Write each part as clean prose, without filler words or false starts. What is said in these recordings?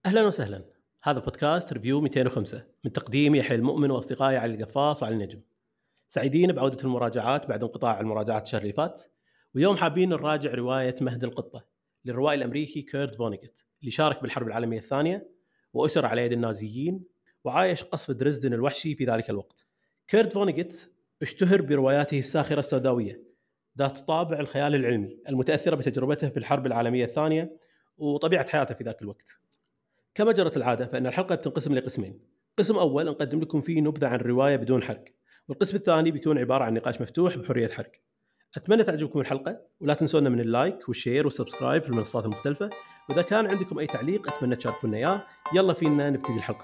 أهلا وسهلا. هذا بودكاست ريفيو 205 من تقديم يحيى المؤمن وأصدقائي علي القفاص وعلى النجم. سعيدين بعودة المراجعات بعد انقطاع المراجعات الشهر اللي فات، واليوم حابين نراجع رواية مهد القطة للروائي الأمريكي كيرت فونيغت اللي شارك بالحرب العالمية الثانية وأسر على يد النازيين وعايش قصف دريسدن الوحشي في ذلك الوقت. كيرت فونيغت اشتهر برواياته الساخرة السوداوية ذات طابع الخيال العلمي المتأثرة بتجربته في الحرب العالمية الثانية وطبيعة حياته في ذاك الوقت. كما جرت العادة فإن الحلقة بتنقسم لقسمين. قسم أول نقدم لكم فيه نبذة عن الرواية بدون حرق، والقسم الثاني بيكون عبارة عن نقاش مفتوح بحرية حرق. أتمنى تعجبكم الحلقة، ولا تنسونا من اللايك والشير والسبسكرايب في المنصات المختلفة، وإذا كان عندكم أي تعليق أتمنى تشاركونا إياه. يلا فينا نبتدي الحلقة.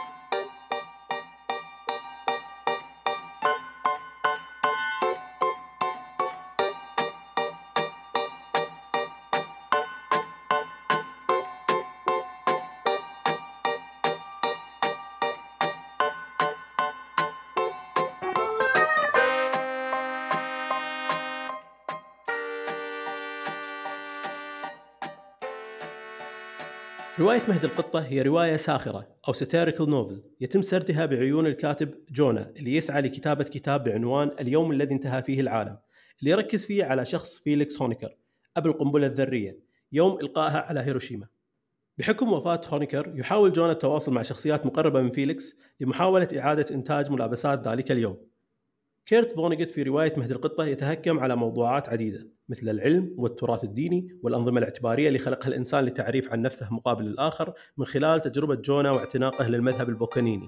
رواية مهد القطة هي رواية ساخرة أو satirical novel يتم سردها بعيون الكاتب جونا اللي يسعى لكتابة كتاب بعنوان اليوم الذي انتهى فيه العالم، اللي يركز فيه على شخص فيليكس هونيكر أبو القنبلة الذرية يوم إلقائها على هيروشيما. بحكم وفاة هونيكر يحاول جونا التواصل مع شخصيات مقربة من فيليكس لمحاولة إعادة إنتاج ملابسات ذلك اليوم. كيرت فونيغت في رواية مهد القطة يتهكم على موضوعات عديدة مثل العلم والتراث الديني والأنظمة الاعتبارية اللي خلقها الإنسان للتعريف عن نفسه مقابل الآخر من خلال تجربة جونا واعتناقه للمذهب البوكانيني.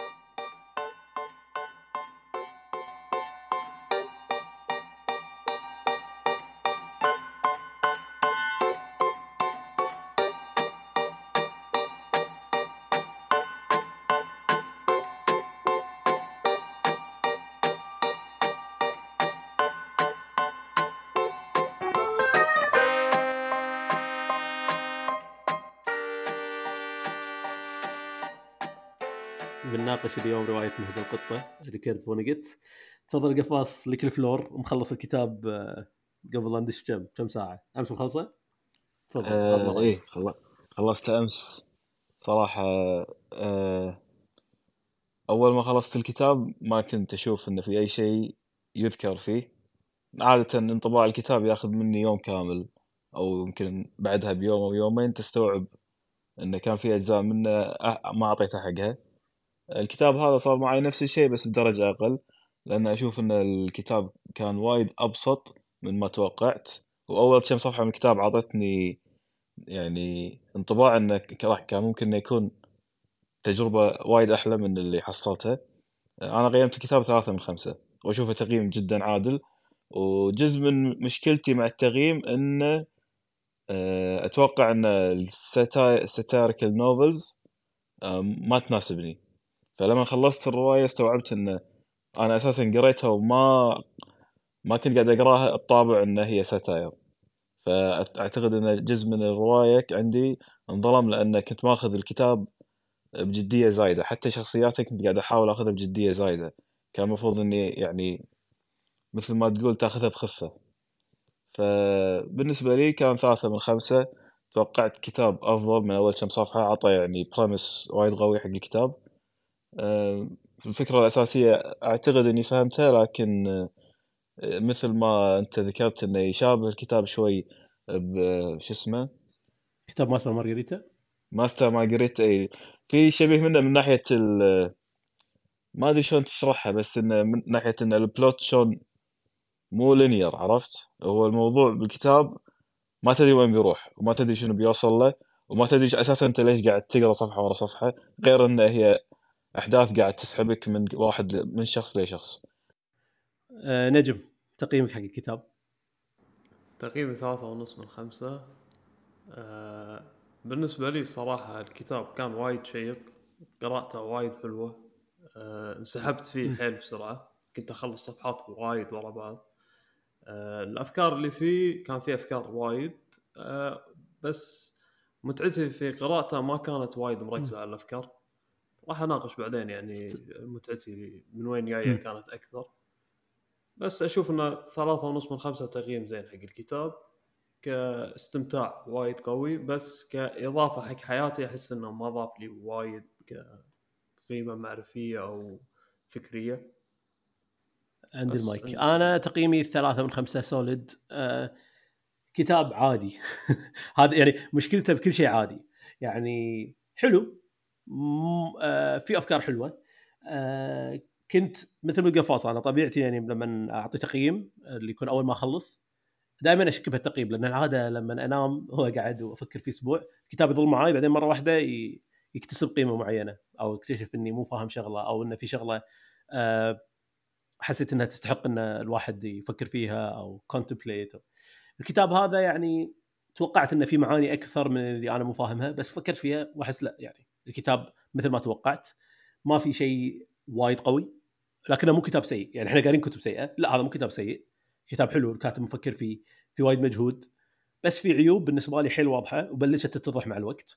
بنناقش اليوم رواية مهد القطة لكيرت فونيغت. تفضل قفاص لك الفلور، ومخلص الكتاب قبل أن ندش كم ساعة أمس مخلصه. تفضل عطنا رأيك. ايه خلصت امس صراحة. آه اول ما خلصت الكتاب ما كنت اشوف انه في اي شيء يذكر فيه. عادة انطباع الكتاب ياخذ مني يوم كامل او يمكن بعدها بيوم او يومين تستوعب انه كان في اجزاء منه ما اعطيتها حقها. الكتاب هذا صار معي نفس الشيء بس بدرجة اقل، لان اشوف ان الكتاب كان وايد ابسط من ما توقعت، واول كم صفحة من الكتاب عطتني يعني انطباع انه كان ممكن انه يكون تجربة وايد احلى من اللي حصلتها. انا قيمت الكتاب 3 من 5 واشوفه تقييم جدا عادل. وجزء من مشكلتي مع التقييم انه اتوقع ان الساتيريكال نوفلز ما تناسبني. فلما خلصت الرواية استوعبت ان انا اساسا قريتها ما كنت قاعد اقراها الطابع ان هي ساتاير. فاعتقد ان جزء من الرواية عندي انظلم لان كنت ماخذ الكتاب بجدية زايدة، حتى شخصياتك كنت قاعد أحاول أخذها بجدية زايدة. كان المفروض إني يعني مثل ما تقول تاخذها بخفة. فبالنسبة لي كان 3 من 5. توقعت كتاب أفضل من أول كم صفحة، عطى يعني بريمس وايد قوي حق الكتاب. الفكرة الأساسية أعتقد إني فهمتها، لكن مثل ما أنت ذكرت إنه يشابه الكتاب شوي بش اسمه كتاب ماستر مارغريتا. ماستر مارغريتا. أي في شبيه منه من ناحية ما ادري شلون تشرحها، بس انه من ناحيه ان البلوت شلون مو لينير. عرفت؟ هو الموضوع بالكتاب ما تدري وين بيروح وما تدري شنو بيوصل له وما تدري اساسا انت ليش قاعد تقرا صفحه ورا صفحه، غير ان هي احداث قاعد تسحبك من شخص لشخص. نجم، تقييمك حق الكتاب؟ تقييمي 3.5 من 5. بالنسبة لي صراحة الكتاب كان وايد شيق، قراءته وايد حلوة. انسحبت فيه حيل بسرعة، كنت أخلص صفحات وايد ورا بعض. الأفكار اللي فيه كان فيه أفكار وايد، بس متعتي في قراءته ما كانت وايد مركزة على الأفكار. راح أناقش بعدين يعني متعتي من وين جاية كانت أكثر. بس أشوف إنه 3.5 من 5 تقييم زين حق الكتاب. كاستمتاع وايد قوي، بس كإضافة حق حياتي أحس إنه ما ضاف لي وايد كقيمة معرفية أو فكرية. عند بس المايك انا تقييمي 3 من 5 سوليد. كتاب عادي. هذا يعني مشكلته بكل شيء عادي، يعني حلو، في افكار حلوه. كنت مثل القفاص، انا طبيعتي يعني لما اعطي تقييم اللي يكون اول ما اخلص دائما اشك بهالتقييم، لان العاده لما انام هو قاعد وافكر في اسبوع كتاب يظل معي، بعدين مره واحده يكتسب قيمه معينه، او اكتشف اني مو فاهم شغله، او انه في شغله حسيت انها تستحق ان الواحد يفكر فيها او كونتمبليت. الكتاب هذا يعني توقعت انه في معاني اكثر من اللي انا مو فاهمها، بس فكرت فيها واحس لا، يعني الكتاب مثل ما توقعت، ما في شيء وايد قوي، لكنه مو كتاب سيء. يعني احنا قارين كتب سيئه، لا هذا مو كتاب سيء، كتاب حلو، الكاتب مفكر فيه، في وايد مجهود، بس في عيوب بالنسبه لي حيل واضحه وبلشت تتضح مع الوقت.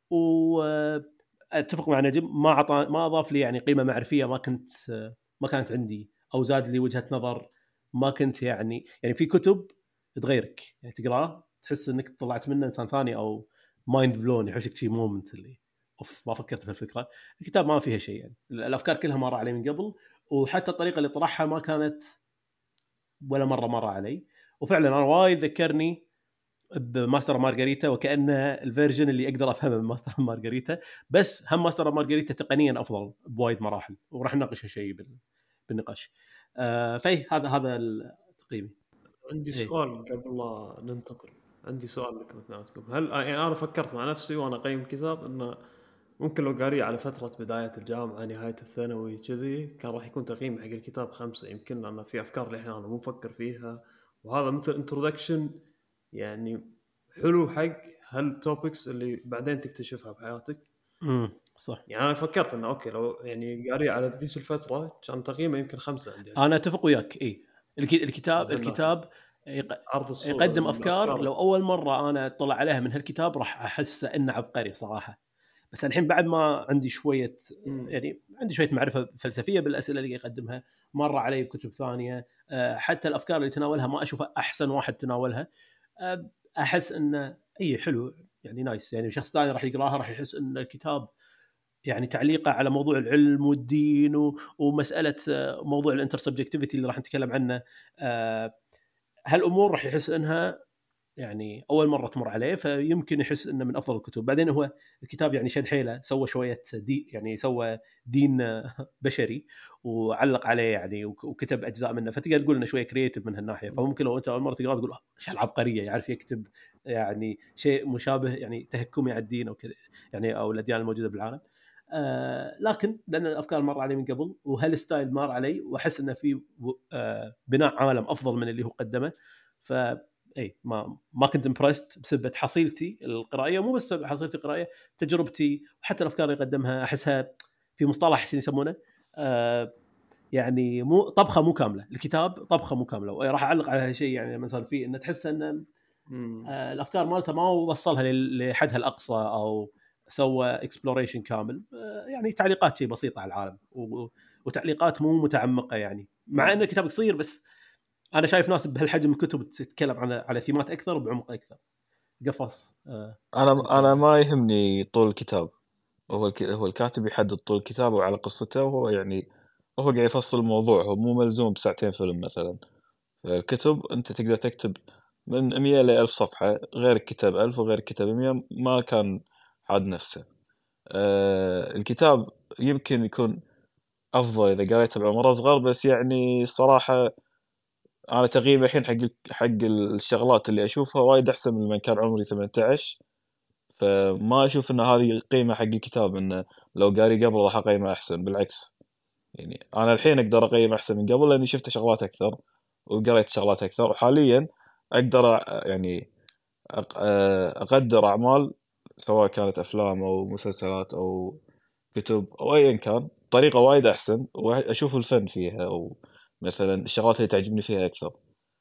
واتفق مع نجم، ما اضاف لي يعني قيمه معرفيه ما كانت عندي، او زاد لي وجهه نظر ما كنت يعني في كتب تغيرك، يعني تقراه تحس انك طلعت منه انسان ثاني، او مايند بلون، يحوشك شيء مومنت اللي اوف ما فكرت في الفكره. الكتاب ما فيها شيء، يعني الافكار كلها مر علي من قبل، وحتى الطريقه اللي طرحها ما كانت ولا مره علي. وفعلا انا وايد ذكرني بماستر مارغريتا، وكأنه الفيرجن اللي اقدر افهمه من ماستر مارغريتا، بس هم ماستر مارغريتا تقنيا افضل بوايد مراحل، وراح نناقش هالشيء بالنقاش. فاي هذا تقييمي. عندي إيه. سؤال قبل لا ننتقل. عندي سؤال لك مثلاتكم. هل يعني انا فكرت مع نفسي وانا اقيم كتاب انه ممكن لو قاريه على فترة بداية الجامعة نهاية الثانوي كذي كان راح يكون تقييم حق الكتاب 5، يمكن لأن في أفكار لحين أنا مو مفكر فيها، وهذا مثل انترودكشن يعني حلو حق هالتوبكس اللي بعدين تكتشفها بحياتك. صح. يعني أنا فكرت إنه أوكي لو يعني قاري على ذيك الفترة كان تقييمه يمكن 5 عندي انا هالكتاب. اتفق وياك. اي من هالناحية الكتاب عرض يقدم افكار، الأفكار. لو اول مره انا اطلع عليها من هالكتاب راح احس انه عبقري صراحه. بس الحين بعد ما عندي شويه، يعني عندي شويه معرفه فلسفيه بالاسئله اللي يقدمها، مر علي بكتب ثانيه، حتى الافكار اللي تناولها ما اشوفها احسن واحد تناولها، احس انه اي حلو، يعني نايس. يعني شخص ثاني راح يقراها راح يحس ان الكتاب يعني تعليقه على موضوع العلم والدين ومساله موضوع الانترسبجكتيفيتي اللي راح نتكلم عنه، هالامور راح يحس انها يعني اول مره تمر عليه، فيمكن يحس انه من افضل الكتب. بعدين هو الكتاب يعني شد حيله، سوى شويه يعني سوى دين بشري وعلق عليه يعني، وكتب اجزاء منه، فتقدر تقول انه شويه كرييتيف من هالناحيه. فممكن لو انت اول مره تقرا تقول ايش العبقريه، يعرف يكتب يعني شيء مشابه، يعني تهكمي على الدين او كذا، يعني او الاديان الموجوده بالعالم. لكن لان الافكار مر علي من قبل وهالستايل مر علي، واحس انه في بناء عالم افضل من اللي هو قدمه، ف اي ما كنت امبرست بسبب حصيلتي القرائيه، مو بس حصيلتي القرائيه، تجربتي وحتى الافكار اللي قدمها احسها في مصطلح شو يسمونه، يعني مو طبخه مو كامله، الكتاب طبخه مو كامله. وراح اعلق على هالشيء، يعني مثلا في انه تحس ان الافكار مالته ما وصلها لحدها الاقصى او سوى اكسبلوريشن كامل، يعني تعليقات شيء بسيطه على العالم وتعليقات مو متعمقه، يعني مع ان الكتاب قصير، بس انا شايف ناس بهالحجم الكتب تتكلم على ثيمات اكثر وبعمق اكثر. قفص. انا ما يهمني طول الكتاب، هو الكاتب يحدد طول الكتاب وعلى قصته، وهو يعني هو قاعد يفصل الموضوع، هو مو ملزوم بساعتين فيلم مثلا. الكتب انت تقدر تكتب من 100 ل 1000 صفحة، غير كتاب 1000 وغير كتاب 100 ما كان حاد نفسه. الكتاب يمكن يكون افضل اذا قريته بعمر اصغر، بس يعني صراحة انا تقييمي الحين حق الشغلات اللي اشوفها وايد احسن من لما كان عمري 18. فما اشوف ان هذه قيمة حق الكتاب، انه لو قاري قبل راح اقيمه احسن. بالعكس، يعني انا الحين اقدر اقيم احسن من قبل لاني شفت شغلات اكثر وقريت شغلات اكثر، وحاليا اقدر يعني اقدر اعمال سواء كانت افلام او مسلسلات او كتب او ايا كان بطريقه وايد احسن، واشوف الفن فيها او مثلا الشغلات اللي تعجبني فيها اكثر.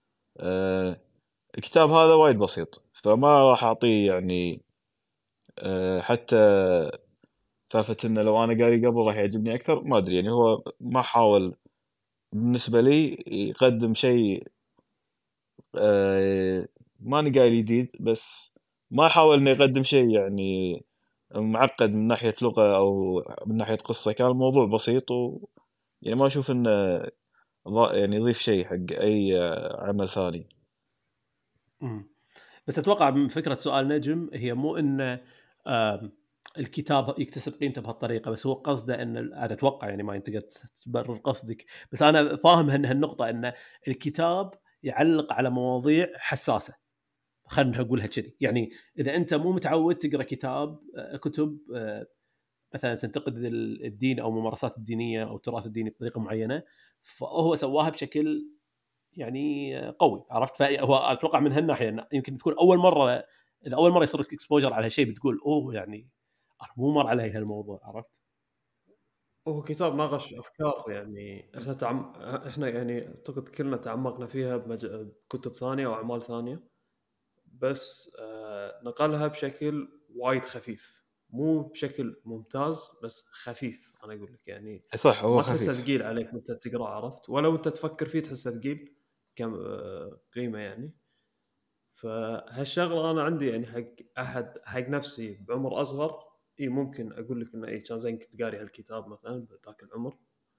الكتاب هذا وايد بسيط، فما راح اعطيه يعني حتى سالفه انه لو انا قاري قبل راح يعجبني اكثر، ما ادري. يعني هو ما حاول بالنسبه لي يقدم شيء ماني قايل جديد، بس ما حاول انه يقدم شيء يعني معقد من ناحية لغة او من ناحية قصة. كان الموضوع بسيط يعني ما اشوف انه يعني يضيف شيء حق اي عمل ثاني. مم. بس اتوقع من فكره سؤال نجم هي مو ان آم، الكتاب يكتسب قيمته بهالطريقه، بس هو قصده ان انا اتوقع يعني ما انت قد تبرر قصدك، بس انا فاهم هالنقطه ان الكتاب يعلق على مواضيع حساسه، خلينا نقولها كذي. يعني اذا انت مو متعود تقرا كتاب كتب مثلا تنتقد الدين او الممارسات الدينيه او التراث الديني بطريقه معينه، فهو سواها بشكل يعني قوي، عرفت؟ فهو اتوقع من هالناحيه إن يمكن تكون اول مره، اذا اول مره يصير لك اكسبوجر على شيء بتقول اوه يعني انا مو مر علي هالموضوع، عرفت؟ هو كتاب ناقش افكار يعني احنا يعني اعتقد كلنا تعمقنا فيها بكتب ثانيه او اعمال ثانيه، بس نقلها بشكل وايد خفيف، مو بشكل ممتاز بس خفيف. انا اقول لك يعني صح، هو ما تحسه خفيف. ثقيل عليك وانت تقرا، عرفت؟ ولو انت تفكر فيه تحسه ثقيل كم قيمه يعني. فهالشغله انا عندي يعني حق نفسي بعمر اصغر، اي ممكن اقول لك انه اي كان زين كنت قاري هالكتاب مثلا بذاك العمر،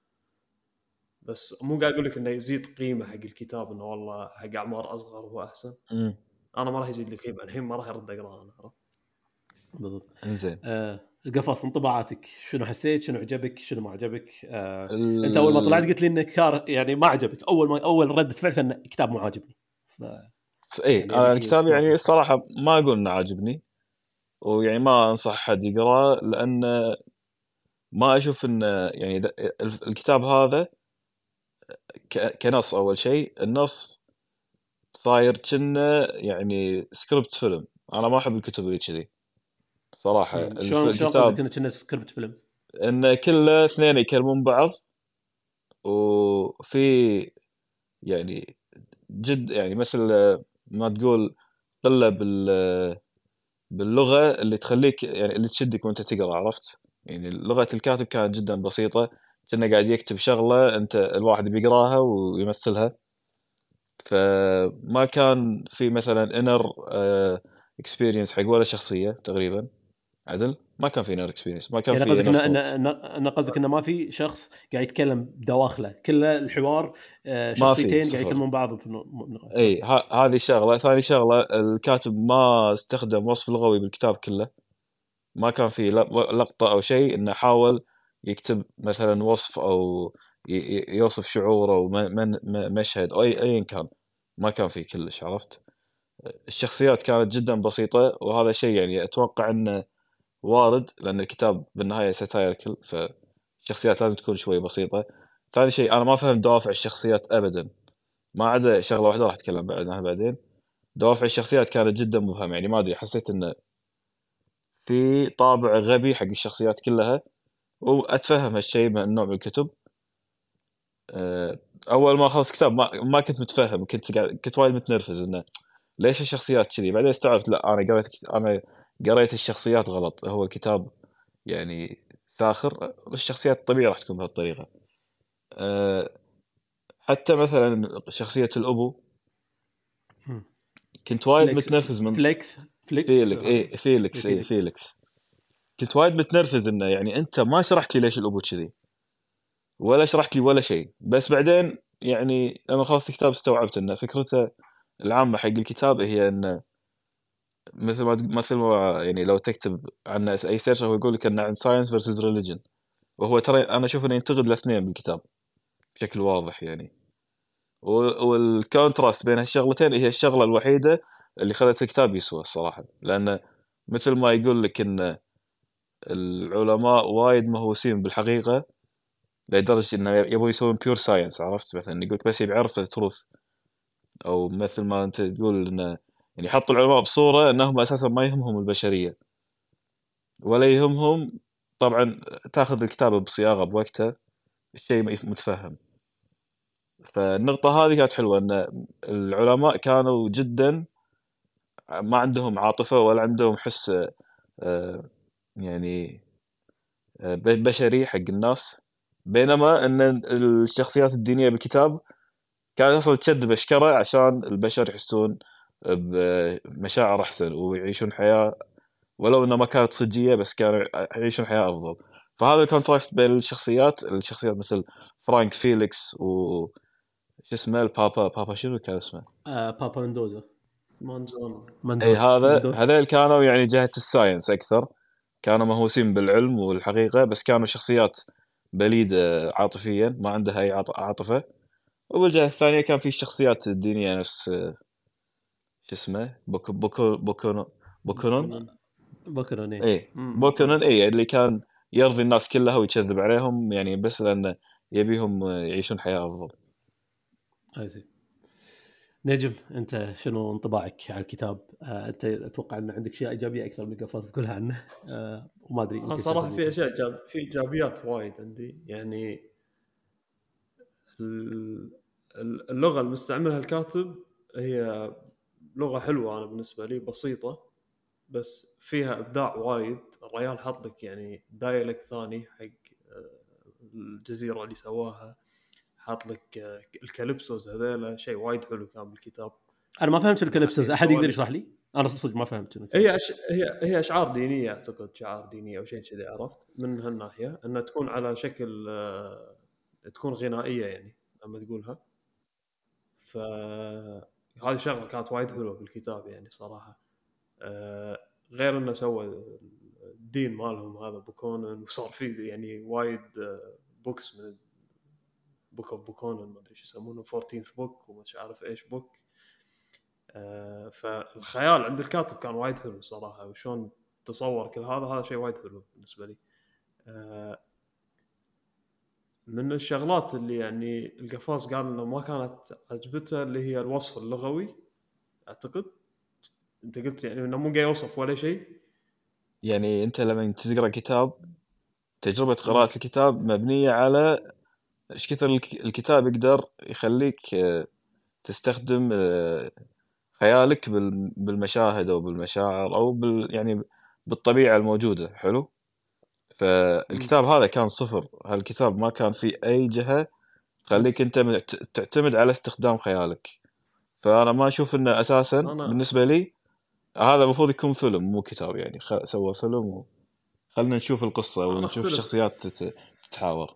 بس مو قاعد اقول لك انه يزيد قيمه حق الكتاب انه والله حق اعمار اصغر هو احسن. امم انا ما راح يزيد لي قيمه الحين، ما راح ارد اقراه انا، عرفت؟ بالضبط. انزين. قفص انطباعاتك، شنو حسيت؟ شنو عجبك؟ شنو ما عجبك؟ انت اول ما طلعت ال... قلت لي انك يعني ما عجبك، اول رده فعل ان الكتاب مو عاجبني، ف اي يعني ابيك الكتاب تكون يعني واضح. الصراحة ما اقول انه عاجبني، ويعني ما انصح حد يقراه، لان ما اشوف ان يعني الكتاب هذا كنص. اول شيء النص صاير كأنه يعني سكريبت فيلم. انا ما احب الكتب اللي كذي صراحة. شلون قصدك الكتاب انه كنا سكريبت فيلم؟ انه كله اثنين يكلمون بعض، وفي يعني جد يعني مثل ما تقول قلة باللغة اللي تخليك يعني اللي تشدك وانت تقرا، عرفت؟ يعني لغة الكاتب كانت جدا بسيطة، كأنه قاعد يكتب شغلة انت الواحد بيقراها ويمثلها. فما كان في مثلا انر اكسبيرينس حق ولا شخصية تقريبا. عدل ما كان في انر اكسبيرينس، ما كان يعني في قصدك انر ان ثوت. قصدك انه ما في شخص قاعد يتكلم بدواخله، كله الحوار ما في شخصيتين قاعد صفر. يكلمون بعض في نقاش. اي اوكي. هذه شغلة. ثاني شغلة الكاتب ما استخدم وصف لغوي بالكتاب كله. ما كان في لقطة أو شيء إنه حاول يكتب مثلا وصف أو يوصف شعور أو مشهد أو أيا كان. ما كان في كلش، عرفت؟ الشخصيات كانت جدا بسيطة، وهذا شيء يعني أتوقع إنه وارد، لأن الكتاب بالنهاية ساتايركل، فالشخصيات لازم تكون شوي بسيطة. ثاني شيء أنا ما فهم دوافع الشخصيات أبدا، ما عدا شغلة واحدة راح أتكلم عنها بعدين. دوافع الشخصيات كانت جدا مبهمة، يعني ما أدري، حسيت إنه في طابع غبي حق الشخصيات كلها. واتفهم هالشيء من نوع من الكتب. اول ما خلص كتاب ما كنت متفهم، كنت وايد متنرفز انه ليش الشخصيات كذي. بعدين استوعبت لا، انا قريت الشخصيات غلط. هو الكتاب يعني ساخر، الشخصيات طبيعي راح تكون بهالطريقه. أه، حتى مثلا شخصيه الابو مم. كنت وايد فليكس متنرفز من فليكس فليكس فيليك. هذا. اي فيليكس، اي فيليكس. فيليكس. كنت وايد متنرفز انه يعني انت ما شرحت لي ليش الابو كذي، ولا شرحت لي ولا شيء. بس بعدين يعني لما خلصت الكتاب استوعبت ان فكرته العامة حق الكتاب هي انه مثل ما يعني لو تكتب عن اي سيرش، هو يقول لك انه عن ساينس فيرسز ريليجن. وهو ترى انا اشوف انه ينتقد الاثنين بالكتاب بشكل واضح يعني. والكونتراست بين هالشغلتين هي الشغلة الوحيدة اللي خلت الكتاب يسوى الصراحة. لأنه مثل ما يقول لك إن العلماء وايد مهووسين بالحقيقة لدرجة إنه يبغوا يسوون بيور ساينس، عرفت؟ مثلا يقولك بس يبي يعرف التروث، أو مثل ما أنت تقول إنه يعني يحط العلماء بصورة إنهم أساسا ما يهمهم البشرية ولا يهمهم. طبعا تاخذ الكتابة بصياغة بوقتها، الشيء متفهم. فالنقطة هذه كانت حلوة، إن العلماء كانوا جدا ما عندهم عاطفة ولا عندهم حس آه، يعني بشري حق الناس. بينما ان الشخصيات الدينية بالكتاب كانت اصلا تشد بشكره عشان البشر يحسون بمشاعر احسن ويعيشون حياه ولو انها ما كانت صجيه بس كانوا يعيشون حياه افضل. فهذا الكونتراست بين الشخصيات مثل فرانك فيليكس و شو اسمه البابا شنو كان اسمه بابا مندوزا اي منزوز هذول كانوا يعني جهه الساينس اكثر، كانوا مهووسين بالعلم والحقيقه بس كانوا شخصيات بليده عاطفيا ما عندها اي عاطفه. والجهه الثانيه كان في الشخصيات الدينيه نفس شو اسمه بوكونون بكروني ايه بوكونون ايه اللي كان يرضي الناس كلها ويكذب عليهم يعني بس لانه يبيهم يعيشون حياه افضل. ايزي. نجم، انت شنو انطباعك على الكتاب؟ انت اتوقع ان عندك اشياء ايجابيه اكثر من قفاز تقولها عنه، وما ادري يمكن صراحه في اشياء في ايجابيات وايد عندي. يعني اللغه المستعملها الكاتب هي لغه حلوه انا بالنسبه لي، بسيطه بس فيها ابداع وايد. الريال حط لك يعني دايلكت ثاني حق الجزيره اللي سواها، حاط لك الكاليبسوس، هذول شيء وايد حلو كان بالكتاب. انا ما فهمت الكاليبسوس، احد يقدر يشرح لي؟ انا صدق ما فهمت. هي اشعار دينيه، اعتقد شعار دينيه او شيء كذا، عرفت من هالناحيه انها تكون على شكل تكون غنائيه يعني لما تقولها. فهذه شغله كانت وايد حلوه بالكتاب يعني صراحه. غير انه سوى الدين مالهم هذا بوكونن، وصار فيه يعني وايد بوكس من بوك اوف بوكونن، ما ادري شو يسمونه 14th بوك ومش عارف ايش بوك. فالخيال عند الكاتب كان وايد حلو صراحه، وشون تصور كل هذا شيء وايد حلو بالنسبه لي. من الشغلات اللي يعني القفاص قال انه ما كانت عجبته اللي هي الوصف اللغوي. اعتقد انت قلت يعني انه مو قاعد يوصف ولا شيء. يعني انت لما تقرا كتاب تجربه قراءه الكتاب مبنيه على ايش كثر الكتاب يقدر يخليك تستخدم خيالك بالمشاهد او بالمشاعر او يعني بالطبيعه الموجوده. حلو. فالكتاب هذا كان صفر، هالكتاب ما كان فيه اي جهه تخليك انت تعتمد على استخدام خيالك. فانا ما اشوف انه اساسا بالنسبه لي هذا المفروض يكون فيلم مو كتاب. يعني سوى فيلم خلنا نشوف القصه ونشوف الشخصيات تتحاور.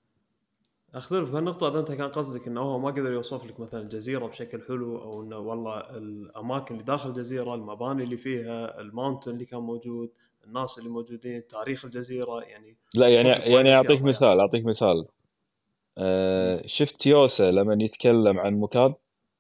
اختلف بهالنقطه. اذا انت كان قصدك انه هو ما قدر يوصف لك مثلا الجزيره بشكل حلو، او انه والله الاماكن اللي داخل الجزيره، المباني اللي فيها، الماونتن اللي كان موجود، الناس اللي موجودين، تاريخ الجزيره، يعني لا يعني اعطيك مثال شفت يوسا لما يتكلم عن مكان،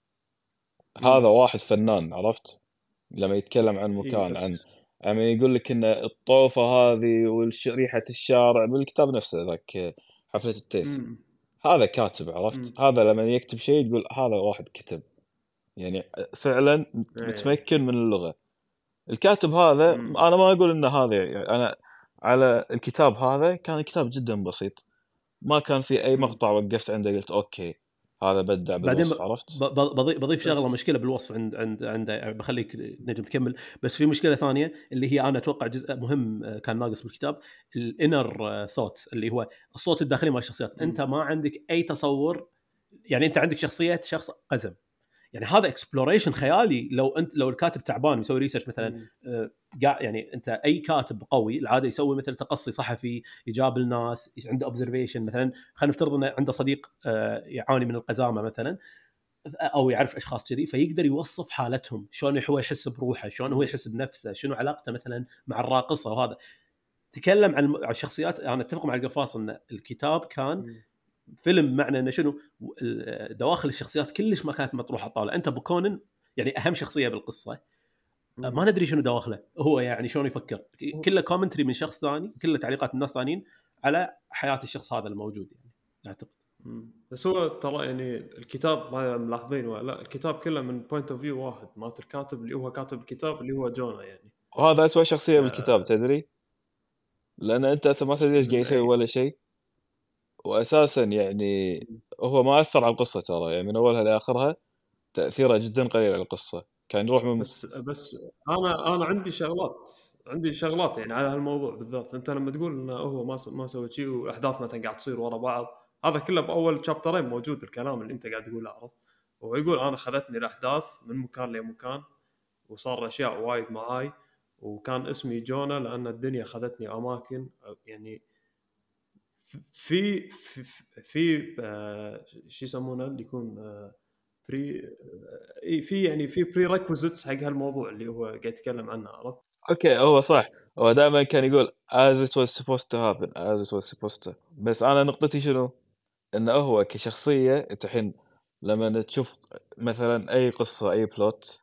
هذا واحد فنان عرفت لما يتكلم عن مكان عن يعني يقول لك ان الطوفه هذه وريحه الشارع بالكتاب نفسه ذاك حفله التيس. هذا كاتب عرفت. هذا لما يكتب شيء تقول هذا واحد كتب يعني فعلا متمكن من اللغه. الكاتب هذا انا ما اقول ان هذا يعني انا على الكتاب هذا كان الكتاب جدا بسيط، ما كان في اي مقطع وقفت عنده قلت اوكي هذا بدع بالوصف. عرفت. بضيف شغله مشكله بالوصف عند بخليك نجم تكمل. بس في مشكله ثانيه اللي هي انا اتوقع جزء مهم كان ناقص بالكتاب، الانر ثوت اللي هو الصوت الداخلي مال الشخصيات. انت ما عندك اي تصور، يعني انت عندك شخصيه شخص قزم، يعني هذا اكسبلوريشن خيالي. لو الكاتب تعبان يسوي ريسيرش مثلا يعني انت اي كاتب قوي العاده يسوي مثل تقصي صحفي، يجاب الناس عنده اوبزرفيشن. مثلا خلينا نفترض انه عنده صديق يعاني من القزامه مثلا، او يعرف اشخاص كذي، فيقدر يوصف حالتهم، شلون هو يحس بروحه، شلون هو يحس بنفسه، شنو علاقته مثلا مع الراقصه. وهذا تكلم عن الشخصيات. انا اتفق مع القفاص ان الكتاب كان فيلم، معنى انه شنو دواخل الشخصيات كلش ما كانت مطروحه على الطاوله. انت بوكونن يعني اهم شخصيه بالقصه، ما ندري شنو دواخله هو، يعني شلون يفكر، كله كومنتري من شخص ثاني، كله تعليقات من ناس ثانيين على حياه الشخص هذا الموجود يعني اعتقد. بس هو ترى يعني الكتاب ما ملاحظين ولا الكتاب كله من بوينت اوف فيو واحد مات الكاتب اللي هو كاتب الكتاب اللي هو جونا يعني. وهذا أسوأ شخصيه بالكتاب تدري، لان انت اساسا ما تدري ايش قاعد يسوي ولا شيء، واساسا يعني هو ما اثر على القصه ترى، يعني من اولها لاخرها تاثيره جدا قليل على القصه. كان يروح من بس انا عندي شغلات يعني على هالموضوع بالذات. انت لما تقول انه هو ما سوى شيء واحداث مثلا قاعد تصير ورا بعض، هذا كله باول شابترين موجود الكلام اللي انت قاعد تقوله، عرفت؟ ويقول انا خذتني الاحداث من مكان لمكان وصار اشياء وايد معاي، وكان اسمي جونا لان الدنيا خذتني اماكن يعني في شو يسمونه اللي يكون بري في يعني في بري ريكوزيتس حق هالموضوع اللي هو قاعد يتكلم عنه، عرفت؟ اوكي هو صح، هو دائما كان يقول as it was supposed to happen as it was supposed to. بس انا نقطتي شنو؟ انه هو كشخصيه انت الحين لما تشوف مثلا اي قصه اي بلوت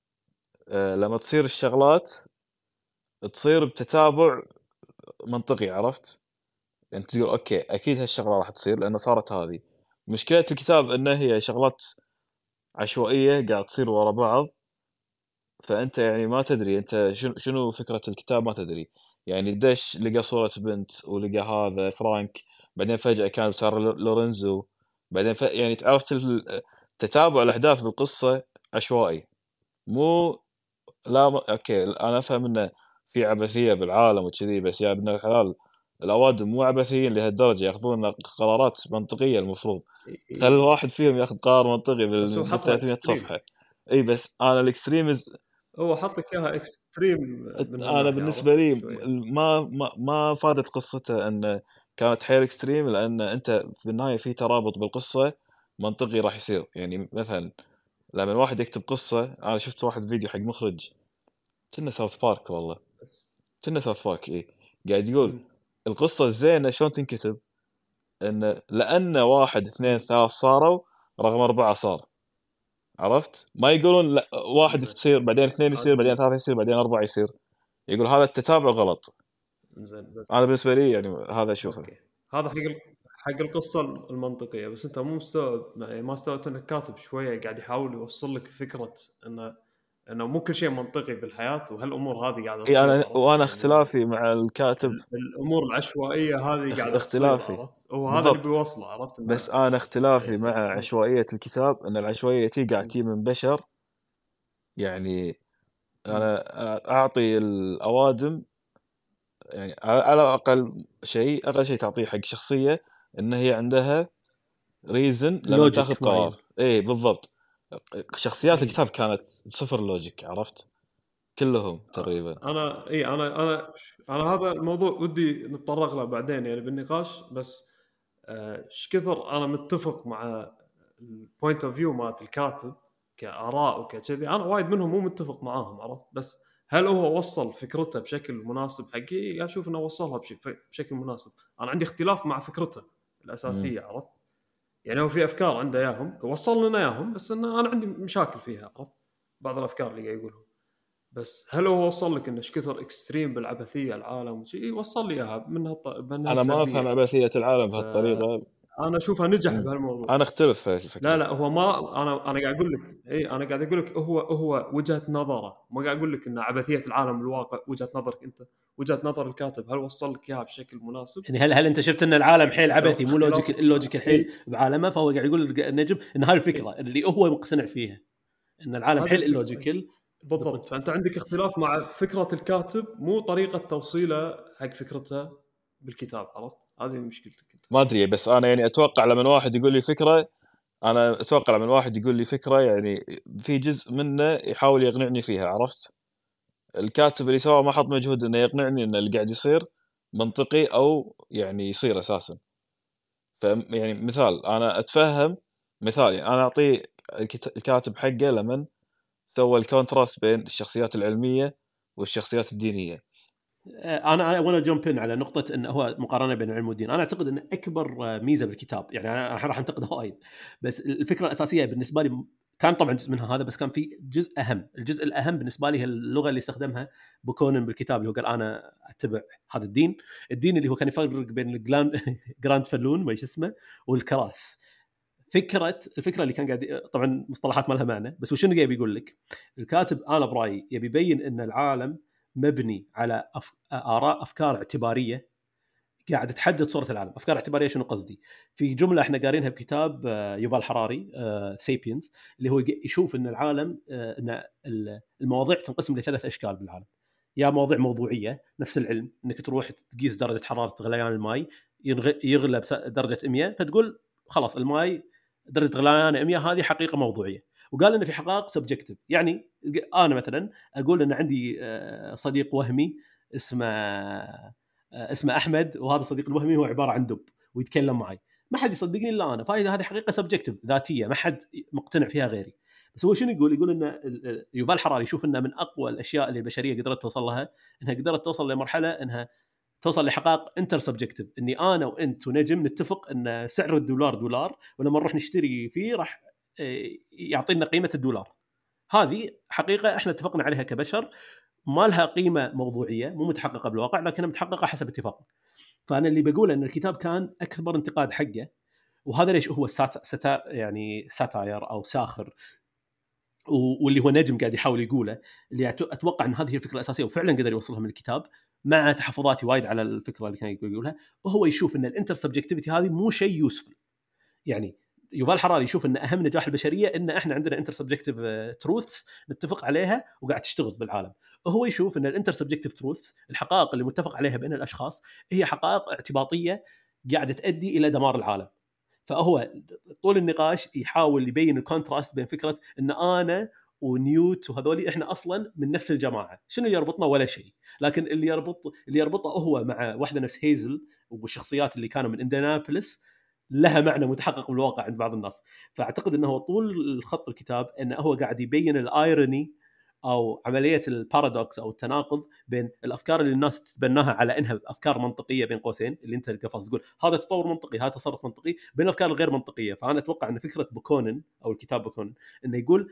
لما تصير الشغلات تصير بتتابع منطقي، عرفت؟ يعني تقول اوكي اكيد هالشغله راح تصير لان صارت هذه. مشكله الكتاب انه هي شغلات عشوائيه قاعد تصير ورا بعض، فانت يعني ما تدري انت شنو فكره الكتاب، ما تدري. يعني دش لقى صوره بنت ولقى هذا فرانك، بعدين فجاه كان صار لورينزو، بعدين يعني عرفت تتابع الاحداث بالقصه عشوائي. مو لا اوكي انا افهم انه في عبثيه بالعالم وكذي، بس يا ابن الحلال الاوادم مو عبثيين لهالدرجه، ياخذون قرارات منطقيه. المفروض خلي الواحد فيهم ياخذ قرار منطقي بس هو بال حطها 300 اكستريم، صفحه. اي بس انا الاكستريمز، هو حط لك اياها اكستريم من انا هالناحيه، بالنسبه عرفت لي شويه. ما فادت قصته ان كانت حيل اكستريم، لان انت في النهايه في ترابط بالقصه منطقي راح يصير. يعني مثلا لما الواحد يكتب قصه، انا شفت واحد فيديو حق مخرج كنا ساوث بارك، والله بس كنا ساوث بارك ايه، قاعد يقول القصه الزينه شلون تنكتب، ان لان 1 2 3 صاروا رغم 4 صار، عرفت؟ ما يقولون لا 1 زين تصير بعدين 2 يصير بعدين 3 يصير بعدين 4 يصير، يقول هذا التتابع غلط. زين بس انا بالنسبه لي يعني هذا اشوفه. اوكي، هذا حق القصه المنطقيه، بس انت مو مستوعب، يعني ما استوعبت انك كاتب شويه قاعد يحاول يوصل لك فكره انه مو كل شيء منطقي بالحياه، وهالامور هذه قاعده اي تصير، انا عرفت؟ وانا يعني اختلافي مع الكاتب، الامور العشوائيه هذه قاعده تصير، اختلافي عرفت؟ هو هذا اللي بالضبط. بيوصله، عرفت؟ بس انه انا اختلافي يعني مع عشوائيه الكتاب ان العشوائيه تي قاعد تي من بشر. يعني انا اعطي الاوادم يعني على اقل شيء تعطيه حق شخصيه ان هي عندها ريزن لما تاخذ لوجيك معين. قرار. اي بالضبط. شخصيات إيه. الكتاب كانت صفر لوجيك، عرفت؟ كلهم تقريبا. انا هذا الموضوع ودي نتطرق له بعدين يعني بالنقاش، بس ايش كثر انا متفق مع البوينت اوف فيو مالت الكاتب كآراء وكذي، انا وايد منهم مو متفق معاهم، عرفت؟ بس هل هو وصل فكرته بشكل مناسب حقي؟ اشوف انه وصلها بشكل مناسب. انا عندي اختلاف مع فكرته الاساسيه، عرفت؟ يعني هو في افكار عنده اياهم وصل لنا اياهم، بس انه انا عندي مشاكل فيها، عرفت؟ بعض الافكار اللي قاعد يقولهم. بس هل هو وصل لك انه ايش كثر اكستريم بالعبثيه العالم وشيء؟ وصل لي اياها من انا ما افهم هالسرديه. عبثيه العالم بهالطريقه. انا اشوفها نجح بهالموضوع. انا اختلف في لا الفكره. لا، هو ما انا قاعد اقول لك، انا قاعد اقول لك هو وجهه نظره، ما قاعد اقول لك ان عبثيه العالم الواقع وجهه نظرك انت. وجهه نظر الكاتب هل وصل لك اياها بشكل مناسب؟ يعني هل انت شفت ان العالم حيل لو عبثي مو اختلاف اللوجيك الحيل بعالمه؟ فهو قاعد يقول النجم ان هاي الفكره اللي هو مقتنع فيها، ان العالم هذه حيل الفكره اللوجيكال. بالضبط. فانت عندك اختلاف مع فكره الكاتب، مو طريقه توصيله حق فكرته بالكتاب، عرفت؟ هذه مشكلتك انت. ما ادري، بس انا يعني اتوقع لما واحد يقول لي فكره، انا اتوقع لما واحد يقول لي فكره يعني في جزء منه يحاول يقنعني فيها، عرفت؟ الكاتب اللي سواء ما حط مجهود انه يقنعني ان اللي قاعد يصير منطقي او يعني يصير اساسا. يعني مثال انا اتفهم، مثال يعني انا اعطيه الكاتب حقه لمن سوى الكونتراست بين الشخصيات العلميه والشخصيات الدينيه. انا وانا جمبين على نقطه انه هو مقارنه بين العلم والدين. انا اعتقد ان اكبر ميزه بالكتاب، يعني انا راح انتقده وايد، بس الفكره الاساسيه بالنسبه لي كان طبعا جزء منها هذا، بس كان في جزء اهم. الجزء الاهم بالنسبه لي هي اللغه اللي استخدمها بوكونن بالكتاب، اللي هو قال انا اتبع هذا الدين اللي هو كان يفرق بين جراند فلون ما اسمه والكراس. الفكره اللي كان قاعد، طبعا مصطلحات ما لها معنى، بس وشنو قاعد يقول لك الكاتب؟ انا برايي يبي يبين ان العالم مبني على آراء أفكار اعتبارية قاعدة تحدد صورة العالم. أفكار اعتبارية شنو قصدي؟ في جملة احنا قارينها بكتاب يوفال حراري سيبينز، اللي هو يشوف أن العالم أن المواضيع تنقسم لثلاث أشكال بالعالم. يا مواضيع موضوعية نفس العلم، أنك تروح تقيس درجة حرارة غليان الماء يغلى درجة 100 فتقول خلاص الماء درجه غليان 100 هذه حقيقه موضوعيه. وقال ان في حقائق سبجكتيف. يعني انا مثلا اقول ان عندي صديق وهمي اسمه احمد، وهذا الصديق الوهمي هو عباره عن دب ويتكلم معي، ما حد يصدقني الا انا، فاذا هذه حقيقه سبجكتيف ذاتيه ما حد مقتنع فيها غيري. بس هو شنو يقول ان يوفال حراري يشوف انه من اقوى الاشياء اللي البشريه قدرت توصل لها انها قدرت توصل لمرحله انها توصل لحقائق انتر سبجكتيف، اني انا وانت ونجم نتفق ان سعر الدولار دولار، ولما نروح نشتري فيه راح يعطينا قيمه الدولار. هذه حقيقه احنا اتفقنا عليها كبشر، ما لها قيمه موضوعيه، مو متحققه بالواقع لكنها متحققه حسب اتفاق. فانا اللي بقول ان الكتاب كان اكبر انتقاد حقه، وهذا ليش هو يعني ساتاير او ساخر، واللي هو نجم قاعد يحاول يقوله، اللي اتوقع ان هذه الفكره الاساسيه وفعلا قدر يوصلها من الكتاب مع تحفظاتي وايد على الفكره اللي كان يقولها. وهو يشوف ان الانتر سبجكتيفيتي هذه مو شيء يوسفل. يعني يوفال حراري يشوف ان اهم نجاح البشريه ان احنا عندنا انتر سبجكتيف تروثس نتفق عليها وقاعد تشتغل بالعالم. وهو يشوف ان الانتر سبجكتيف تروثس، الحقائق اللي متفق عليها بين الاشخاص، هي حقائق اعتباطيه قاعده تؤدي الى دمار العالم. فهو طول النقاش يحاول يبين الكونتراست بين فكره ان انا ونيوت وهذولي احنا اصلا من نفس الجماعه، شنو اللي يربطنا؟ ولا شيء. لكن اللي يربطه هو مع واحده نفس هيزل والشخصيات اللي كانوا من انديانابوليس لها معنى متحقق بالواقع عند بعض الناس. فاعتقد انه طول الخط الكتاب انه هو قاعد يبين الايروني او عمليه البارادوكس او التناقض بين الافكار اللي الناس تتبناها على انها افكار منطقيه بين قوسين، اللي انت قفص تقول هذا تطور منطقي هذا تصرف منطقي، بين الافكار الغير منطقيه. فانا اتوقع ان فكره بوكونن او الكتاب بوكونن انه يقول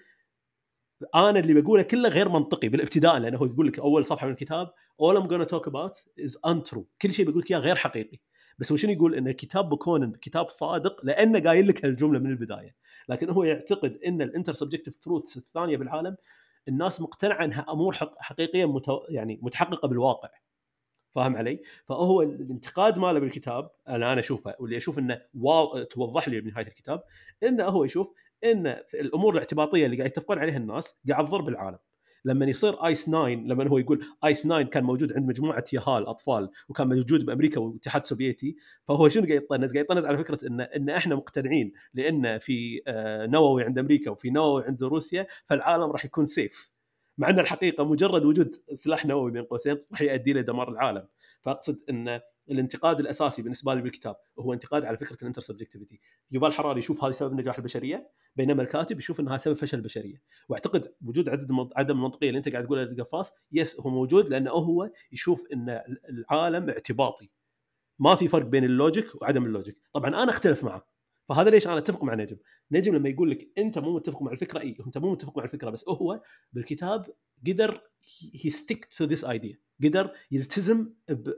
انا اللي بقوله كله غير منطقي بالابتداء، لانه هو يقول لك اول صفحه من الكتاب all I'm going to talk about is untrue، كل شيء بيقول لك اياه غير حقيقي. بس هو شنو يقول؟ ان الكتاب بوكونن كتاب صادق لانه قايل لك هالجمله من البدايه. لكن هو يعتقد ان الانتر سبجكتيف تروثس الثانيه بالعالم الناس مقتنعه انها امور حقيقيه يعني متحققه بالواقع. فاهم علي؟ فهو الانتقاد ماله بالكتاب انا اشوفه، واللي اشوف انه توضح لي بنهايه الكتاب انه هو يشوف ان الامور الاعتباطيه اللي قاعد يتفقون عليها الناس قاعد تضر بالعالم. لما يصير ايس 9، لما هو يقول ايس 9 كان موجود عند مجموعه يهال اطفال وكان موجود بامريكا والاتحاد السوفيتي، فهو شنو قاعد يطنز؟ قاعد يطنز على فكره ان احنا مقتنعين لان في نووي عند امريكا وفي نووي عند روسيا فالعالم راح يكون سيف، مع ان الحقيقه مجرد وجود سلاح نووي بين قوسين راح يؤدي الى دمار العالم. فاقصد ان الانتقاد الاساسي بالنسبه لي بالكتاب هو انتقاد على فكره الانتر سبجكتيفيتي. يوفال حراري يشوف هذا سبب نجاح البشريه، بينما الكاتب يشوف انها سبب فشل البشريه. واعتقد وجود عدم المنطقيه اللي انت قاعد تقولها للقفاص هو موجود لانه هو يشوف ان العالم اعتباطي، ما في فرق بين اللوجيك وعدم اللوجيك. طبعا انا اختلف معه، فهذا ليش انا اتفق مع نجم لما يقول لك انت مو متفق مع الفكره، انت مو متفق مع الفكره، بس هو بالكتاب قدر he stick to this idea، قدر يلتزم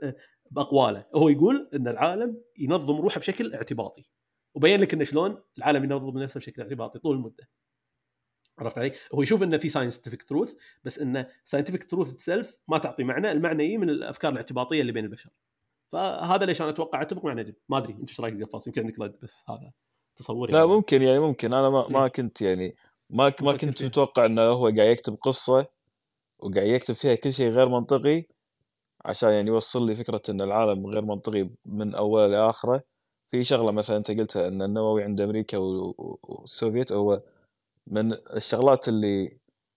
باقواله. هو يقول ان العالم ينظم روحه بشكل اعتباطي، وبين لك انه شلون العالم ينظم نفسه بشكل اعتباطي طول المده. عرفت علي؟ هو يشوف انه في ساينتفك تروث، بس انه ساينتفك تروث سيلف ما تعطي معنى، المعنى من الافكار الاعتباطيه اللي بين البشر. فهذا ليش انا اتوقع اتفق مع نجم. ما ادري انت ايش رايك قفاص؟ يمكن عندك رد، بس هذا تصوري. لا ممكن انا ما كنت يعني ما كنت متوقع انه هو قاعد يكتب قصه وقاعد يكتب فيها كل شيء غير منطقي عشان يعني يوصل لي فكره ان العالم غير منطقي من اوله لاخره. في شغله مثلا انت قلتها ان النووي عند امريكا والسوفيت، هو من الشغلات اللي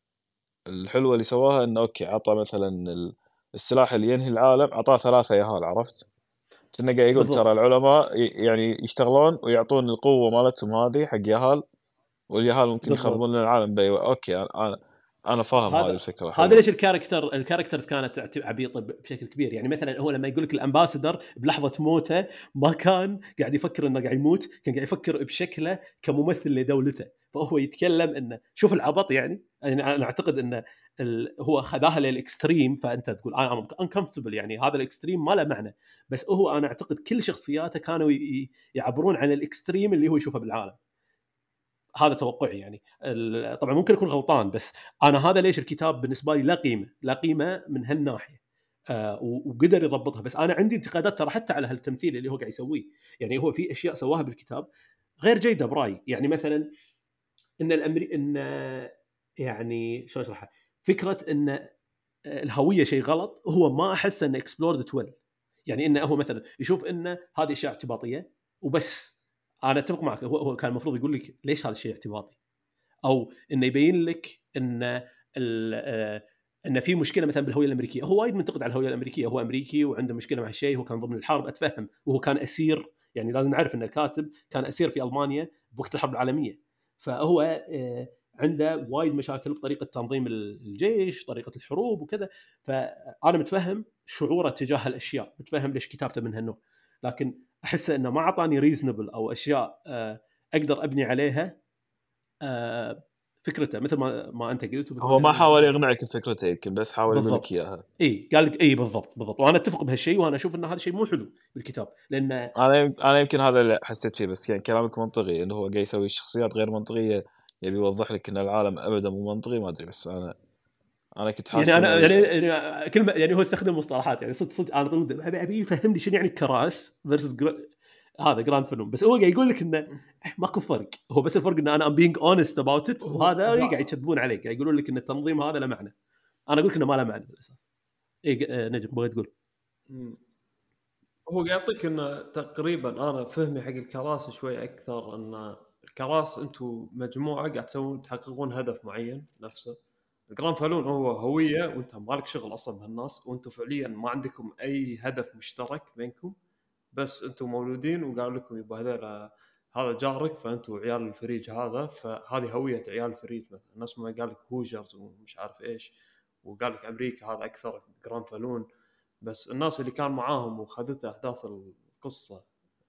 الحلوه اللي سواها انه اوكي عطى مثلا السلاح اللي ينهي العالم عطاه 3 يهال، عرفت؟ كنا قاعد يقول ترى العلماء يعني يشتغلون ويعطون القوه مالتهم هذه حق يهال، واليهال ممكن يخربون لنا العالم اوكي انا فاهم هذه الفكره. هذا ليش الكاركترز كانت عبيطه بشكل كبير. يعني مثلا هو لما يقول لك الامباسادور بلحظه موته ما كان قاعد يفكر انه قاعد يموت، كان قاعد يفكر بشكله كممثل لدولته. فهو يتكلم انه شوف العبط. يعني انا اعتقد انه هو خذاها للاكستريم، فانت تقول انا انكمفتبل، يعني هذا الاكستريم ما له معنى. بس هو انا اعتقد كل شخصياته كانوا يعبرون عن الاكستريم اللي هو يشوفه بالعالم. هذا توقعي يعني. طبعا ممكن اكون غلطان، بس انا هذا ليش الكتاب بالنسبه لي لا قيمه من هالناحيه. وقدر يضبطها. بس انا عندي انتقادات ترى حتى على هالتمثيل اللي هو قاعد يسويه. يعني هو في اشياء سواها بالكتاب غير جيده برايي. يعني مثلا ان يعني شو اشرحها، فكره ان الهويه شيء غلط، هو ما احس انه اكسبلورد تويل. يعني انه هو مثلا يشوف ان هذه اشياء اعتباطيه وبس، انا اتفق معك. هو كان المفروض يقول لك ليش هذا الشيء اعتباطي، او انه يبين لك ان في مشكله مثلا بالهويه الامريكيه. هو وايد منتقد على الهويه الامريكيه، هو امريكي وعنده مشكله مع الشيء، هو كان ضمن الحرب اتفهم، وهو كان اسير. يعني لازم نعرف ان الكاتب كان اسير في المانيا بوقت الحرب العالميه، فهو عنده وايد مشاكل بطريقه تنظيم الجيش، طريقه الحروب وكذا. فانا متفهم شعوره تجاه هالاشياء، متفهم ليش كتابته من هالنوع، لكن احس انه ما اعطاني ريزنبل او اشياء اقدر ابني عليها فكرته، مثل ما انت قلت. هو ما حاول يقنعك بفكرته، يمكن بس حاول يقول لك بالضبط. اياها. اي قال لك اي بالضبط، وانا اتفق بهالشيء، وانا اشوف ان هذا الشيء مو حلو بالكتاب، لان انا يمكن هذا اللي حسيت فيه، بس يعني كلامك منطقي انه هو قاعد يسوي شخصيات غير منطقيه، يبي يوضح لك ان العالم ابدا مو منطقي. ما ادري، بس انا كنت حاسس يعني انا يعني كلمه، يعني هو استخدم مصطلحات، يعني صدق انا طول ابي يفهمني شنو يعني كراس فيرسس هذا جراند فيلم، بس هو قاعد يقول لك انه ماكو فرق. هو بس الفرق ان انا ام بينج اونست اباوت ات، وهذا قاعد يكذبون عليك، قاعد يقولون لك ان التنظيم هذا له معنى. انا اقول لك انه ما له معنى بالاساس. اي نجم بغيت تقول. هو يعطيك انه تقريبا انا فهمي حق الكراس شوي اكثر، ان الكراس انتم مجموعه قاعد تسوون تحققون هدف معين نفسه. الجراند فالون هو هويه وانت مالك شغل اصلا بهالناس، وانتم فعليا ما عندكم اي هدف مشترك بينكم، بس انتم مولودين وقالوا لكم يبا هذا جارك فانتم عيال الفريج هذا، فهذه هويه عيال الفريج. مثلا الناس ما قال لك هوجرز ومش عارف ايش، وقال لك امريكا هذا اكثر جراند فالون. بس الناس اللي كان معاهم وخذته احداث القصه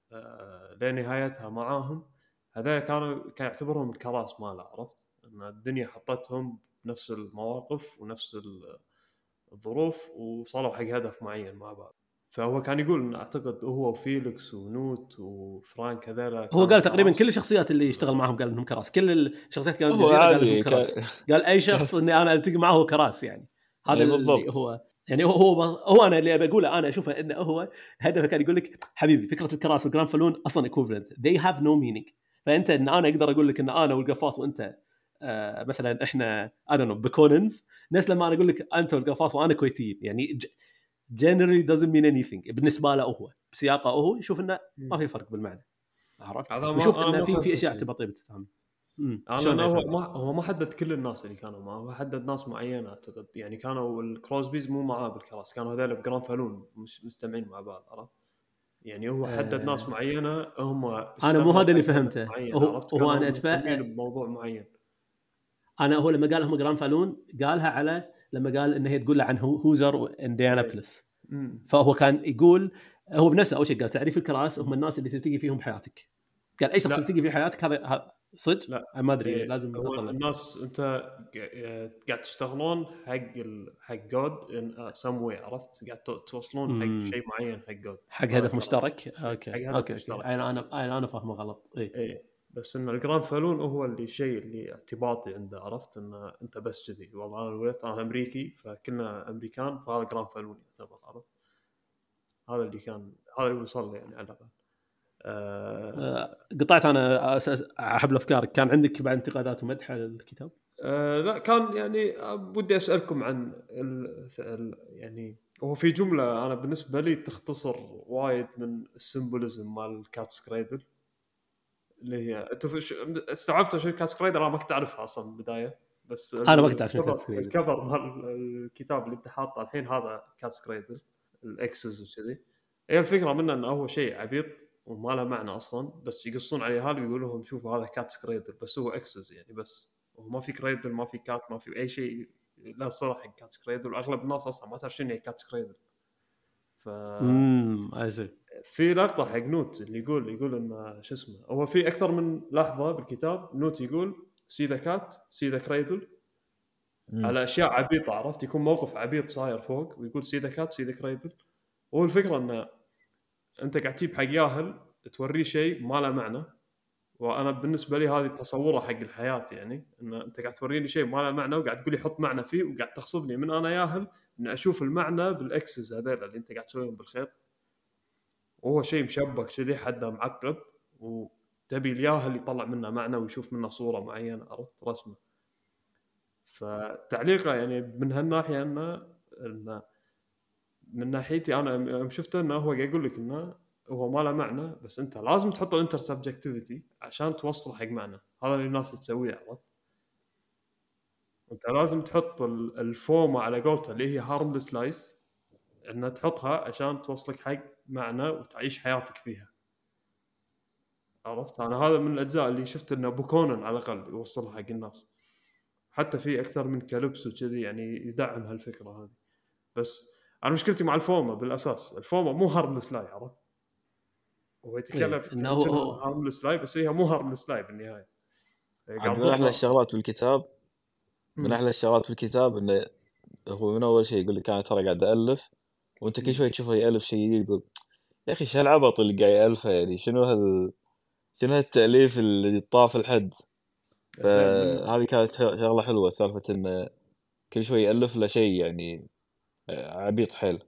لنهايتها معاهم، هذول كان يعتبرهم الكراس ماله. عرفت ان الدنيا حطتهم بنفس المواقف ونفس الظروف وصلوا حق هدف معين مع بعض. فهو كان يقول ان اعتقد هو وفيليكس ونوت وفرانك هذول هو قال تقريبا كراس. كل الشخصيات اللي يشتغل معهم قال انهم كراس، كل الشخصيات كانوا هو بالجزيره قال انهم عادي كراس. قال اي شخص اني انا التقي معه هو كراس. يعني هذا اي اللي بالضبط. هو، يعني هو انا اللي بقوله، انا اشوفه انه هو هدفه كان يقول لك حبيبي فكره الكراس والجراند فالون اصلا ايكوفلنت، they have no meaning. فانت ان انا اقدر اقول لك ان انا والقفاص وانت مثلا احنا I don't know بكوننز، نفس لما انا اقول لك انت والقفاص وانا كويتيين، يعني generally doesn't mean anything بالنسبه له هو، بسياقه هو يشوف انه ما في فرق بالمعنى. عرفت؟ هذا وشوف انا انه ما في فهمت اشياء شيء. اعتباطيه بتتفهم. لأنه شلون يعني فهمت؟ هو ما حدد كل الناس اللي كانوا معه، هو حدد ناس معينة أعتقد. يعني كانوا الكروزبيز مو معاه بالكراس، كانوا هذول بجراند فالون مش مستمعين مع بعض. عرفت؟ يعني هو حدد ناس معينة هم انا مو اشتغلوا هذا اللي حق هدف فهمته. معين. عرفت؟ هو كانوا انا مهتمين بموضوع معين. انا هو لما قال هم جراند فالون قالها على لما قال ان هي تقول له عن هوزر وانديانا بلس. فهو كان يقول هو بنفسه اول شيء قال تعريف الكراس هم الناس اللي تلتقي فيهم بحياتك. قال اي شخص تلتقي في حياتك هذا صدق. لا ما ادري إيه، لازم هو اطلع. الناس انت قاعد تشتغلون حق جود ان سم واي. عرفت؟ قاعد توصلون حق شيء معين حق جود، حق هذا هدف الكراس. مشترك. حق اوكي هدف اوكي مشترك. انا فاهمه غلط. ايه بس ان الجراند فالون هو اللي الشيء اللي اعتباطي عنده. عرفت؟ ان انت بس كذي والله انا ولدت انا امريكي فكلنا امريكان، فهذا جراند فالون يعتبر. عرفت؟ هذا اللي كان، هذا اللي وصل لي يعني على الاقل. قطعت انا احب الافكار. كان عندك بعد انتقادات ومدح على الكتاب؟ لا كان يعني بدي اسالكم عن يعني هو في جمله انا بالنسبه لي تختصر وايد من السيمبوليزم مال كاتس كريدل، اللي هي انتم استوعبتوا شو كاتس كريدل؟ انا ما كنت اعرفها اصلا بالبدايه، بس انا ما كنت اعرف شنو كاتس كريدل. الكفر مال الكتاب اللي انت حاطه الحين هذا كاتس كريدل، الاكسس وكذي. هي الفكره منه انه هو شيء عبيط وما له معنى اصلا، بس يقصون عليه هذا ويقولوا لهم شوفوا هذا كاتس كريدل، بس هو اكسس يعني. بس وما في كريدل، ما في كات، ما في اي شيء لا صله حق كاتس كريدل، واغلب الناس اصلا ما تعرف شنو هي كاتس كريدل. ف في لقطه حق نوت اللي يقول ان شو اسمه، هو في اكثر من لحظه بالكتاب نوت يقول سي ذا كات سي ذا كريدل على اشياء عبيطه. عرفت؟ يكون موقف عبيط صاير فوق ويقول سي ذا كات سي ذا كريدل. وهو الفكره انه انت قاعد تجيب حق ياهل توريه شيء ما له معنى. وانا بالنسبه لي هذه تصوره حق الحياه، يعني ان انت قاعد توريني شيء ما له معنى وقاعد تقول لي حط معنى فيه، وقاعد تغصبني من انا ياهل ان اشوف المعنى بالاكسس هذول اللي انت قاعد تسويهم بالخيط. وهو شيء مشبك كذي حده معقد، وتبي الياهل يطلع منه معنى ويشوف منه صوره معينه. عرفت؟ رسمه. فتعليقه يعني من هالناحيه انه من ناحيتي انا شفته انه هو قاعد يقول لك انه هو ما له معنى، بس انت لازم تحط الانتر سبجكتيفيتي عشان توصل حق معنى. هذا اللي الناس تسويه، عرفت؟ انت لازم تحط الفومة على قولته اللي هي هارملس لايس، انها تحطها عشان توصلك حق معنى وتعيش حياتك فيها، عرفت؟ انا هذا من الاجزاء اللي شفت انه بوكونن على الاقل يوصلها حق الناس، حتى في اكثر من كالبس وكذي يعني يدعم هالفكره هذه. بس انا مشكلتي مع الفومة بالاساس، الفومة مو هارملس لاي، عرفت؟ هو يتكلم في انه هارملس لاي، بس هي مو هارملس لاي بالنهايه. عاد من احلى الشغلات بالكتاب، من احلى الشغلات بالكتاب انه هو من اول شيء يقول لك انا ترى قاعد الف، وانت كل شوي تشوفه يالف شيء يقول يا اخي ايش هالعبط اللي قاعد يالفه، يعني شنو هالتاليف اللي طاف الحد. فهذه كانت شغله حلوه، سالفه انه كل شوي يالف له شيء يعني عبيط حيل.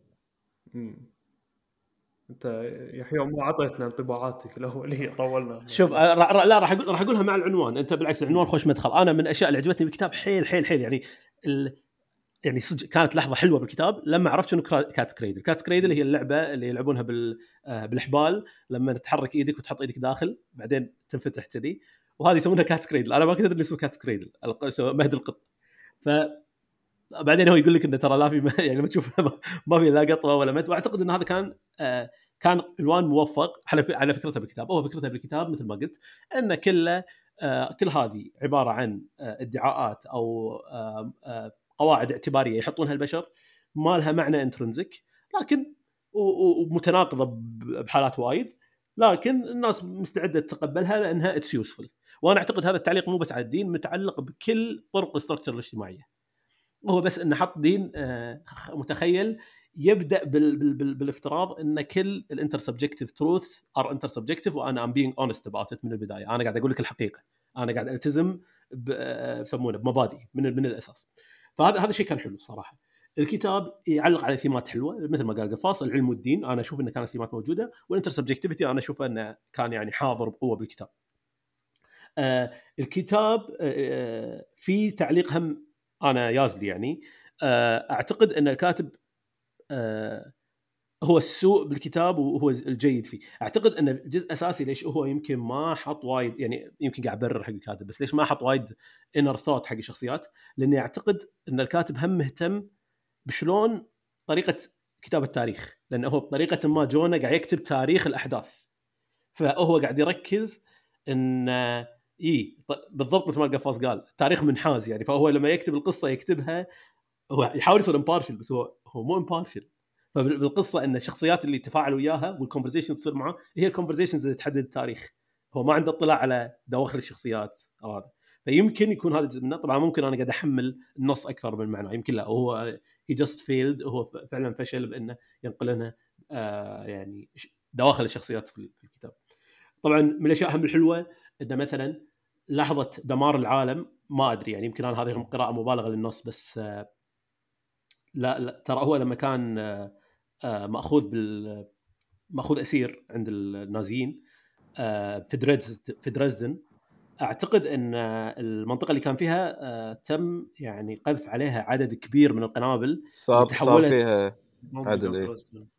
انت يا اخي ما اعطيتنا انطباعاتك الاوليه، طولنا. شوف لا راح اقولها مع العنوان. انت بالعكس العنوان خوش مدخل. انا من الاشياء اللي عجبتني بالكتاب حيل حيل حيل يعني يعني صدق كانت لحظه حلوه بالكتاب لما عرفت انه كات كريدل. كات كريدل هي اللعبه اللي يلعبونها بالحبال، لما تحرك ايدك وتحط ايدك داخل بعدين تنفتح كذي، وهذه يسمونها كات كريدل. انا ما كنت ادري انه اسمه كات كريدل، مهد القط. فبعدين هو يقول لك انه ترى لا في يعني لما تشوف ما في لا قطوه ولا مد. واعتقد ان هذا كان عنوان موفق على فكرته بالكتاب. هو فكرته بالكتاب مثل ما قلت ان كل هذه عباره عن ادعاءات او قواعد اعتباريه يحطونها البشر، ما لها معنى انترنزك، لكن ومتناقضه بحالات وايد، لكن الناس مستعده تتقبلها لانها اتس يوسفل. وانا اعتقد هذا التعليق مو بس على الدين، متعلق بكل طرق الاستراكشر الاجتماعيه. هو بس انه حط دين متخيل يبدا بالافتراض ان كل الانتر سبجكتيف تروث ار انتر سبجكتيف، وانا ام بينج اونست اباوت ات من البدايه. انا قاعد اقول لك الحقيقه، انا قاعد التزم بسمونه بمبادئ من الاساس. فهذا شيء كان حلو صراحه. الكتاب يعلق على ثيمات حلوه مثل ما قال قفاص، العلم والدين انا اشوف انه كانت ثيمات موجوده، والانتر سبجكتيفيتي انا اشوف انه كان يعني حاضر بقوه بالكتاب. الكتاب في تعليق هم انا يازلي يعني اعتقد ان الكاتب هو السوء بالكتاب وهو الجيد فيه. اعتقد ان جزء اساسي ليش هو يمكن ما حط وايد، يعني يمكن قاعد ابرر حق الكاتب، بس ليش ما حط وايد انر ثوت حق الشخصيات، لاني اعتقد ان الكاتب هم مهتم بشلون طريقه كتابه التاريخ، لانه هو بطريقه ما جونا قاعد يكتب تاريخ الاحداث، فهو قاعد يركز ان بالضبط مثل ما القفاص قال التاريخ منحاز يعني. فهو لما يكتب القصه يكتبها هو يحاول يصير امبارشل، بس هو مو امبارشل. فبالقصه ان الشخصيات اللي تفاعلوا وياها والكونفرزيشن تصير معه هي الكونفرزيشنز اللي تحدد التاريخ. هو ما عنده اطلاع على دواخل الشخصيات او هذا، فيمكن يكون هذا جزء منه. طبعا ممكن انا قاعد احمل النص اكثر من معنى، يمكن لا، هو هي جاست فيلد، هو فعلا فشل بانه ينقل لنا يعني دواخل الشخصيات في الكتاب. طبعا من الاشياء هم الحلوه انه مثلا لحظه دمار العالم، ما ادري يعني يمكن انا هذه قراءه مبالغه للنص، بس لا ترى هو لما كان ماخوذ اسير عند النازيين في دريسدن، اعتقد ان المنطقه اللي كان فيها تم يعني قذف عليها عدد كبير من القنابل صار فيها عدد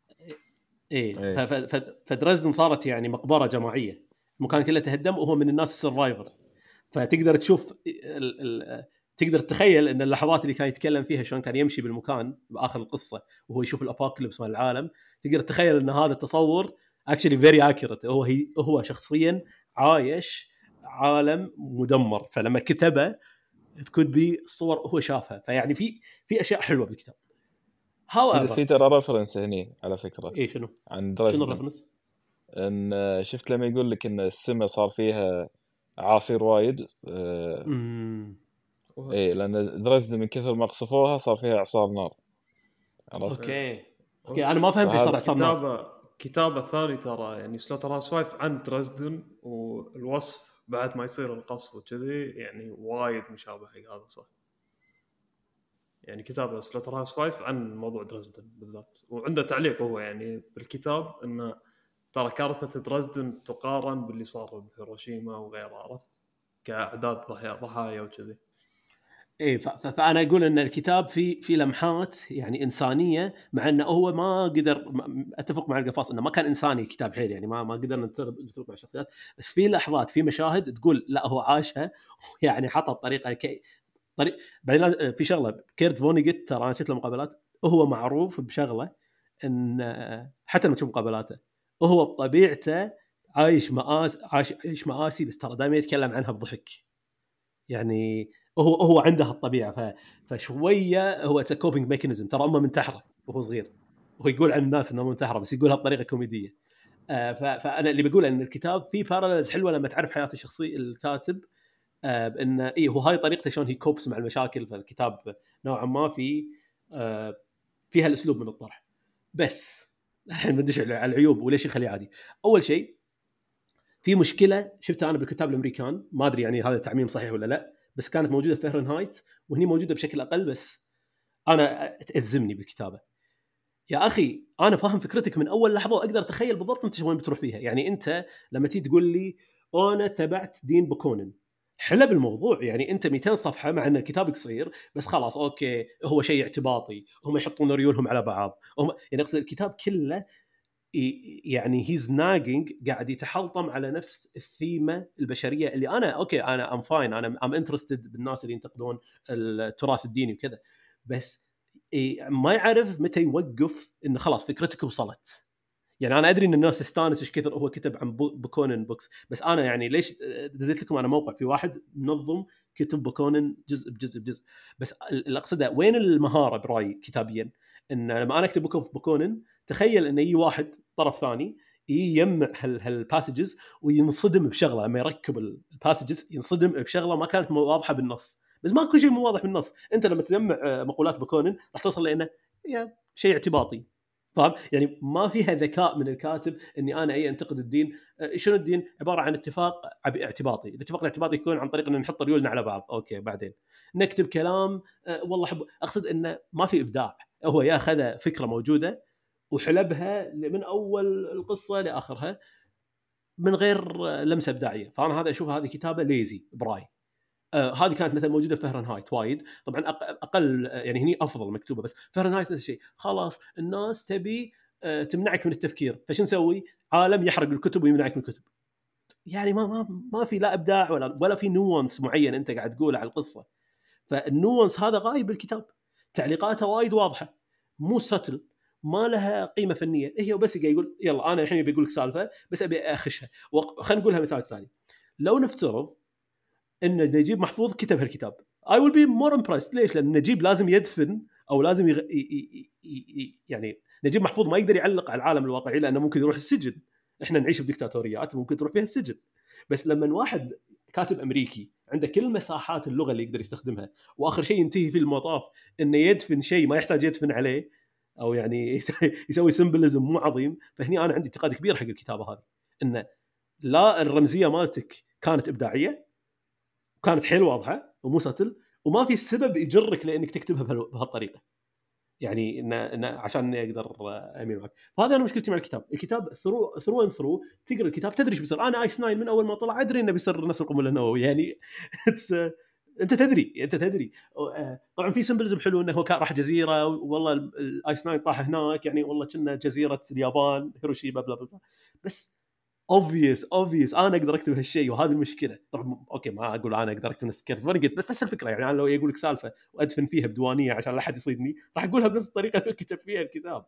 فدريسدن صارت يعني مقبره جماعيه، المكان كله تهدم وهو من الناس السرفايفرز. فتقدر تشوف تقدر تتخيل ان اللحظات اللي كان يتكلم فيها شلون كان يمشي بالمكان باخر القصه وهو يشوف الابوكاليبس مال العالم. تقدر تتخيل ان هذا التصور اكشلي فيري اكيوريت، هو شخصيا عايش عالم مدمر، فلما كتبه تكون بي الصور هو شافها. فيعني في اشياء حلوه بالكتاب. في ترى ريفرنس هني على فكره. ايه شنو عن شنو الريفرنس؟ ان شفت لما يقول لك ان السماء صار فيها اعاصير وايد. ايه لان درزدن من كثر ما قصفوها صار فيها اعصار نار. اوكي انا ما فهمت ايش صار اعصار نار. كتابه الثاني ترى يعني سلوتر هاوس وايف عن درزدن، والوصف بعد ما يصير القصف وكذي يعني وايد مشابه حق هذا صح. يعني كتابه سلوتر هاوس وايف عن موضوع درزدن بالذات، وعنده تعليق هو يعني بالكتاب انه ترى كارثه درزدن تقارن باللي صار بهيروشيما وغيره، عرفت؟ كأعداد ضحايا وكذي. ايه فانا اقول ان الكتاب في لمحات يعني انسانيه، مع انه هو ما قدر اتفق مع القفاص انه ما كان انساني الكتاب حيل، يعني ما قدرنا نتفق مع الشخصيات، بس في لحظات في مشاهد تقول لا هو عاشها يعني حطها بطريقه طريق. بعدين في شغله كيرت فونيجت ترى انا نسيت له مقابلات، هو معروف بشغله ان حتى لما تشوف مقابلاته هو بطبيعته عايش مآسي، بس ترى دائما يتكلم عنها بضحك. يعني هو عنده الطبيعه فشويه هو كوبينج ميكانيزم. ترى امه منتحره وهو صغير، وهو يقول عن الناس انه منتحره بس يقولها بطريقه كوميديه. فانا اللي بقول ان الكتاب فيه باراليلز حلوه لما تعرف حياه الشخصي الكاتب، بان ايه هو هاي طريقته شلون هي كوبس مع المشاكل. فالكتاب نوعا ما فيها الاسلوب من الطرح. بس الحين بندش على العيوب وليش يخليه عادي. اول شيء في مشكله شفتها انا بالكتاب الامريكان، ما ادري يعني هذا تعميم صحيح ولا لا، بس كانت موجوده في فهرنهايت وهني موجوده بشكل اقل، بس انا تأزمني بالكتابه. يا اخي انا فاهم فكرتك من اول لحظه واقدر اتخيل بالضبط انت وين بتروح فيها. يعني انت لما تيجي تقول لي انا تبعت دين بوكونن، حلب الموضوع. يعني انت 200 صفحه مع ان الكتاب قصير، بس خلاص اوكي هو شيء اعتباطي، هم يحطون ريولهم على بعض، هم يعني اقصد الكتاب كله يعني هيز ناجينج قاعد يتحلطم على نفس الثيمه البشريه اللي انا اوكي انا ام فاين، انا ام انترستد بالناس اللي ينتقدون التراث الديني وكذا، بس ما يعرف متى يوقف انه خلاص فكرتك وصلت. يعني انا ادري ان الناس تستانس ايش كثر هو كتب عن بوكونن بوكس، بس انا يعني ليش دزيت لكم انا موقع في واحد منظم كتب بوكونن جزء بجزء بجزء. بس اللي اقصده وين المهاره برايي كتابيا، ان لما انا اكتب بوكونن تخيل ان اي واحد طرف ثاني يجمع هالباسجز وينصدم بشغله، لما يركب الباسجز ينصدم بشغله ما كانت واضحه بالنص. بس ما كل شيء مو واضح بالنص، انت لما تجمع مقولات بوكونن راح توصل لانه شيء اعتباطي. فاهم؟ يعني ما فيها ذكاء من الكاتب اني انا انتقد الدين. شنو الدين؟ عباره عن اتفاق اعتباطي. الاتفاق الاعتباطي يكون عن طريق ان نحط ريولنا على بعض، اوكي بعدين نكتب كلام والله اقصد انه ما في ابداع. هو ياخذ فكره موجوده وحلبها من اول القصه لاخرها من غير لمسه ابداعيه. فانا هذا اشوف هذه كتابه ليزي براي. هذه كانت مثلا موجوده في فهرنهايت وايد طبعا اقل، يعني هني افضل مكتوبه، بس فهرنهايت نفس الشيء. خلاص الناس تبي تمنعك من التفكير، فشو نسوي؟ عالم يحرق الكتب ويمنعك من الكتب. يعني ما في لا ابداع ولا في نوانس معين انت قاعد تقوله على القصه. فالنوانس هذا غايب بالكتاب. تعليقاته وايد واضحه، مو ستل، ما لها قيمه فنيه. هي بس قاعد يقول يلا انا الحين بقول لك سالفه بس ابي اخشها. خلينا نقولها مثال ثاني. لو نفترض ان نجيب محفوظ كتب هالكتاب I will be more impressed. ليش؟ لان نجيب لازم يدفن او لازم يعني نجيب محفوظ ما يقدر يعلق على العالم الواقعي لانه ممكن يروح السجن. احنا نعيش بديكتاتوريات ممكن تروح فيها السجن. بس لما واحد كاتب امريكي عنده كل مساحات اللغه اللي يقدر يستخدمها، واخر شيء ينتهي في المطاف انه يدفن شيء ما يحتاج يدفن عليه، او يعني يسوي سيمبلزم مو عظيم. فهني انا عندي انتقاد كبير حق الكتابه هذه، انه لا الرمزيه مالتك كانت ابداعيه، كانت حيل واضحه ومو ساتل، وما في سبب يجرك لانك تكتبها بهالطريقه. يعني إن عشان اقدر امين معك. فهذا انا مشكلتي مع الكتاب. الكتاب ثرو ان ثرو تقرا الكتاب تدري ايش بيصير. انا ايس 9 من اول ما طلع ادري انه بيصير نفس القنبله النوويه يعني انت تدري. طبعا في سمبلزم حلو انه هو كان راح جزيره والله الايس 9 طاح هناك، يعني والله كنا جزيره اليابان هيروشيما بلا بلا، بس obvious انا اقدر اكتب هالشيء وهذه المشكله. طبعا اوكي ما اقول انا اقدر اكتب نفس كيرت فونيجت، بس نفس الفكره. يعني انا لو يقول لك سالفه وادفن فيها بديوانيه عشان لا احد يصيدني راح اقولها بنفس الطريقه اللي كتب فيها الكتاب.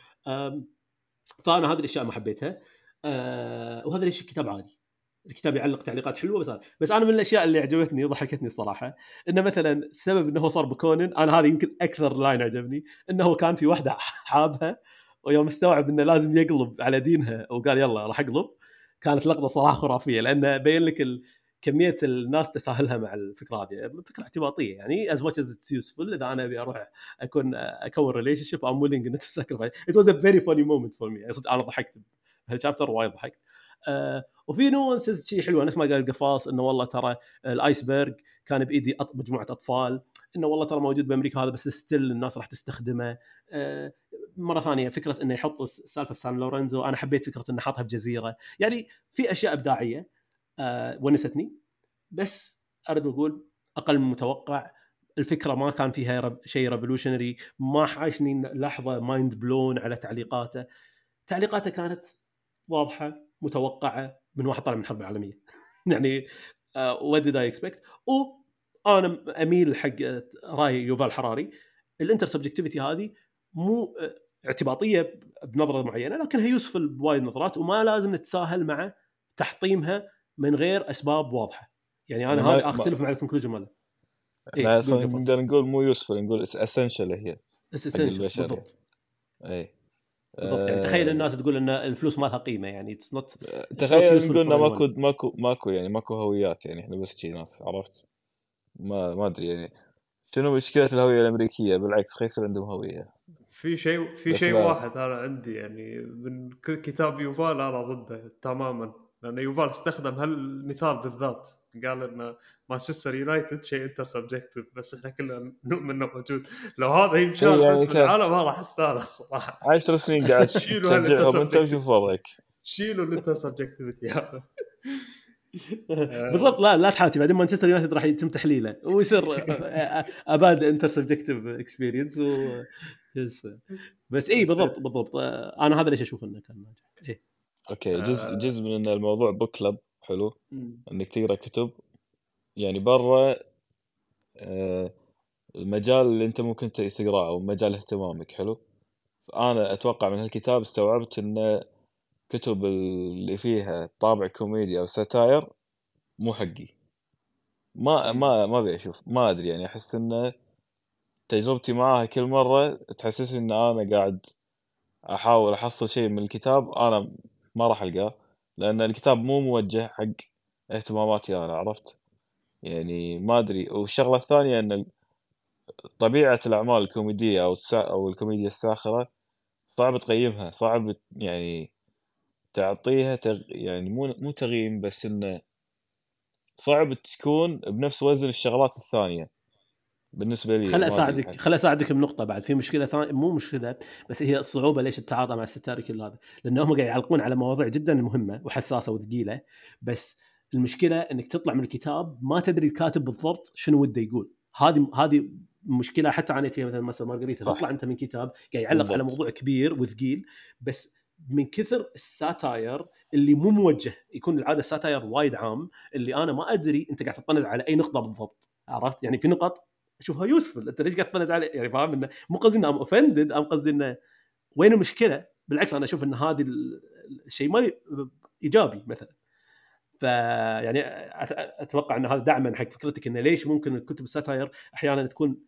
فانا هذه الاشياء ما حبيتها. وهذا ليش الكتاب عادي. الكتاب يعلق تعليقات حلوه بس انا من الاشياء اللي عجبتني وضحكتني الصراحه انه مثلا السبب انه هو صار بكونن، انا هذه يمكن اكثر لاين عجبني، انه كان في واحده حابها ويوم استوعب انه لازم يقلب على دينها وقال يلا راح اقلب. كانت لقطه صراحه خرافيه لانه بين لك كميه الناس تساهلها مع الفكره هذه. فكره اعتباطيه يعني as much as it's useful. اذا انا ابي اروح اكون ريليشن شيب I'm willing to sacrifice. It was a very funny moment for me. انا ضحكت بهالشابتر وايد ضحكت. وفي نوانسز شيء حلوه نفس ما قال القفاص انه والله ترى الايسبرغ كان بايدي مجموعه اطفال، انه والله ترى موجود بامريكا هذا بس ستيل الناس راح تستخدمه. مره ثانيه فكره انه يحط السالفه في سان لورنزو، انا حبيت فكره انه حاطها بجزيره. يعني في اشياء ابداعيه ونستني، بس ارد اقول اقل من متوقع. الفكره ما كان فيها شيء ريفولوشنري، ما حاشني لحظه مايند بلون على تعليقاته كانت واضحه متوقعه من واحد طالع من الحرب العالميه. يعني what did I expect. وانا اميل حق راي يوفال حراري، الانتر سبجكتيفيتي هذه مو اعتباطيه بنظره معينه، لكنها يوسفل بوايد نظرات، وما لازم نتساهل مع تحطيمها من غير اسباب واضحه. يعني انا هذا اختلف مع الكونكلوجن ماله. لا اصلا نقدر نقول مو يوسفل، نقول اسنشال هي حق البشر. بالضبط. اي بالضبط. يعني تخيل الناس تقول ان الفلوس ما لها قيمه، يعني تخيل نقول ماكو يعني ماكو هويات، يعني احنا بس شي ناس، عرفت؟ ما ادري يعني شنو مشكله الهويه الامريكيه، بالعكس خيصر عندهم هويه. في شيء واحد انا عندي يعني من كتاب يوفال انا ضده تماما، لان يوفال استخدم هالمثال بالذات، قال ان مانشستر يونايتد شيء انتر سبجكتيف، بس احنا كلنا نؤمن انه موجود. لو هذا يمشي يعني بس بالعالم ما راح استانس الصراحه. 10 سنين قاعد تشجعهم انت وشوف وضعك. شيلوا الانتر سبجكتيفيتي هذا. بالضبط. لا تحاتي، بعدين مانشستر يونايتد راح يتم تحليله ويصير اباد انتر سبجكتيف اكسبيرينس بس بالضبط انا هذا ليش اشوف انه كان ناجح. اوكي جزء من ان الموضوع بوك كلب حلو انك تقرا كتب يعني برا المجال اللي انت ممكن تقراه او مجال اهتمامك، حلو. فانا اتوقع من هالكتاب استوعبت ان كتب اللي فيها طابع كوميديا او ساتاير مو حقي. ما ابي اشوف، ما ادري يعني احس ان تجربتي معاها كل مره تحسسني ان انا قاعد احاول احصل شيء من الكتاب، انا ما راح القاه لان الكتاب مو موجه حق اهتماماتي انا، عرفت يعني؟ ما ادري. والشغله الثانيه ان طبيعه الاعمال الكوميديه او الكوميديا الساخره صعب تقيمها، صعب يعني تعطيها يعني مو تقييم، بس انه صعب تكون بنفس وزن الشغلات الثانيه بالنسبه لي. خل اساعدك بنقطه بعد. في مشكله ثانيه، مو مشكله بس هي الصعوبه ليش تتعاطى مع الستار كل هذا، لانه هم قاعد يعلقون على مواضيع جدا مهمه وحساسه وثقيله، بس المشكله انك تطلع من الكتاب ما تدري الكاتب بالضبط شنو وده يقول. هذه مشكله حتى عانيت فيها مثلا مارغريتا. تطلع انت من كتاب قاعد يعلق بالضبط على موضوع كبير وثقيل، بس من كثر الساتاير اللي مو موجه، يكون العاده ساتاير وايد عام اللي انا ما ادري انت قاعد تطنز على اي نقطه بالضبط، عرفت؟ يعني في نقط اشوفها يوسفل، انت ليش قاعد تطنز عليه؟ يعني فاهم انه مو قصدي انه ام اوفندد، ام قصدي انه وين المشكله. بالعكس انا اشوف ان هذا الشيء ما ايجابي مثلا. فيعني اتوقع ان هذا دعما حق فكرتك انه ليش ممكن الكتب الساتاير احيانا تكون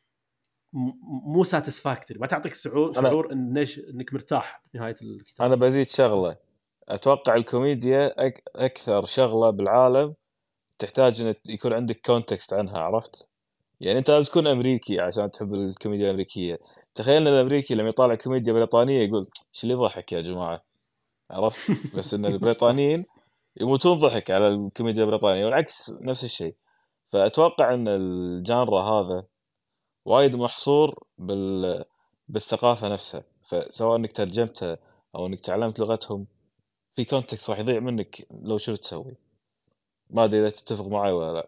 مو ساتسفاكتوري، ما تعطيك شعور انك مرتاح بنهايه الكتاب. انا بزيد شغله، اتوقع الكوميديا اكثر شغله بالعالم تحتاج ان يكون عندك كونتكست عنها، عرفت يعني؟ انت لازم تكون امريكي عشان تحب الكوميديا الامريكيه. تخيل ان الامريكي لما يطالع كوميديا بريطانيه يقول ايش اللي ضحك يا جماعه، عرفت؟ بس ان البريطانيين يموتون ضحك على الكوميديا البريطانيه، والعكس نفس الشيء. فاتوقع ان الجانرا هذا وايد محصور بالثقافه نفسها، فسواء انك ترجمتها او انك تعلمت لغتهم في كونتكست راح يضيع منك لو شو تسوي. ما ادري اذا تتفق معي ولا لا.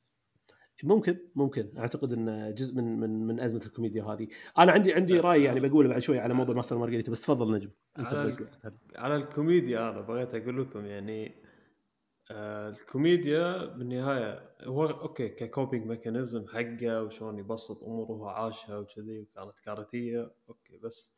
ممكن اعتقد ان جزء من ازمه الكوميديا هذه. انا عندي راي يعني بقوله بعد شوي على موضوع ماستر مارغريتا، بس تفضل نجم انت. على الكوميديا انا بغيت اقول لكم يعني الكوميديا بالنهايه هو اوكي ككوبينج ميكانيزم حقه وشلون يبسط اموره عاشها وكذي، وكانت كارثيه اوكي. بس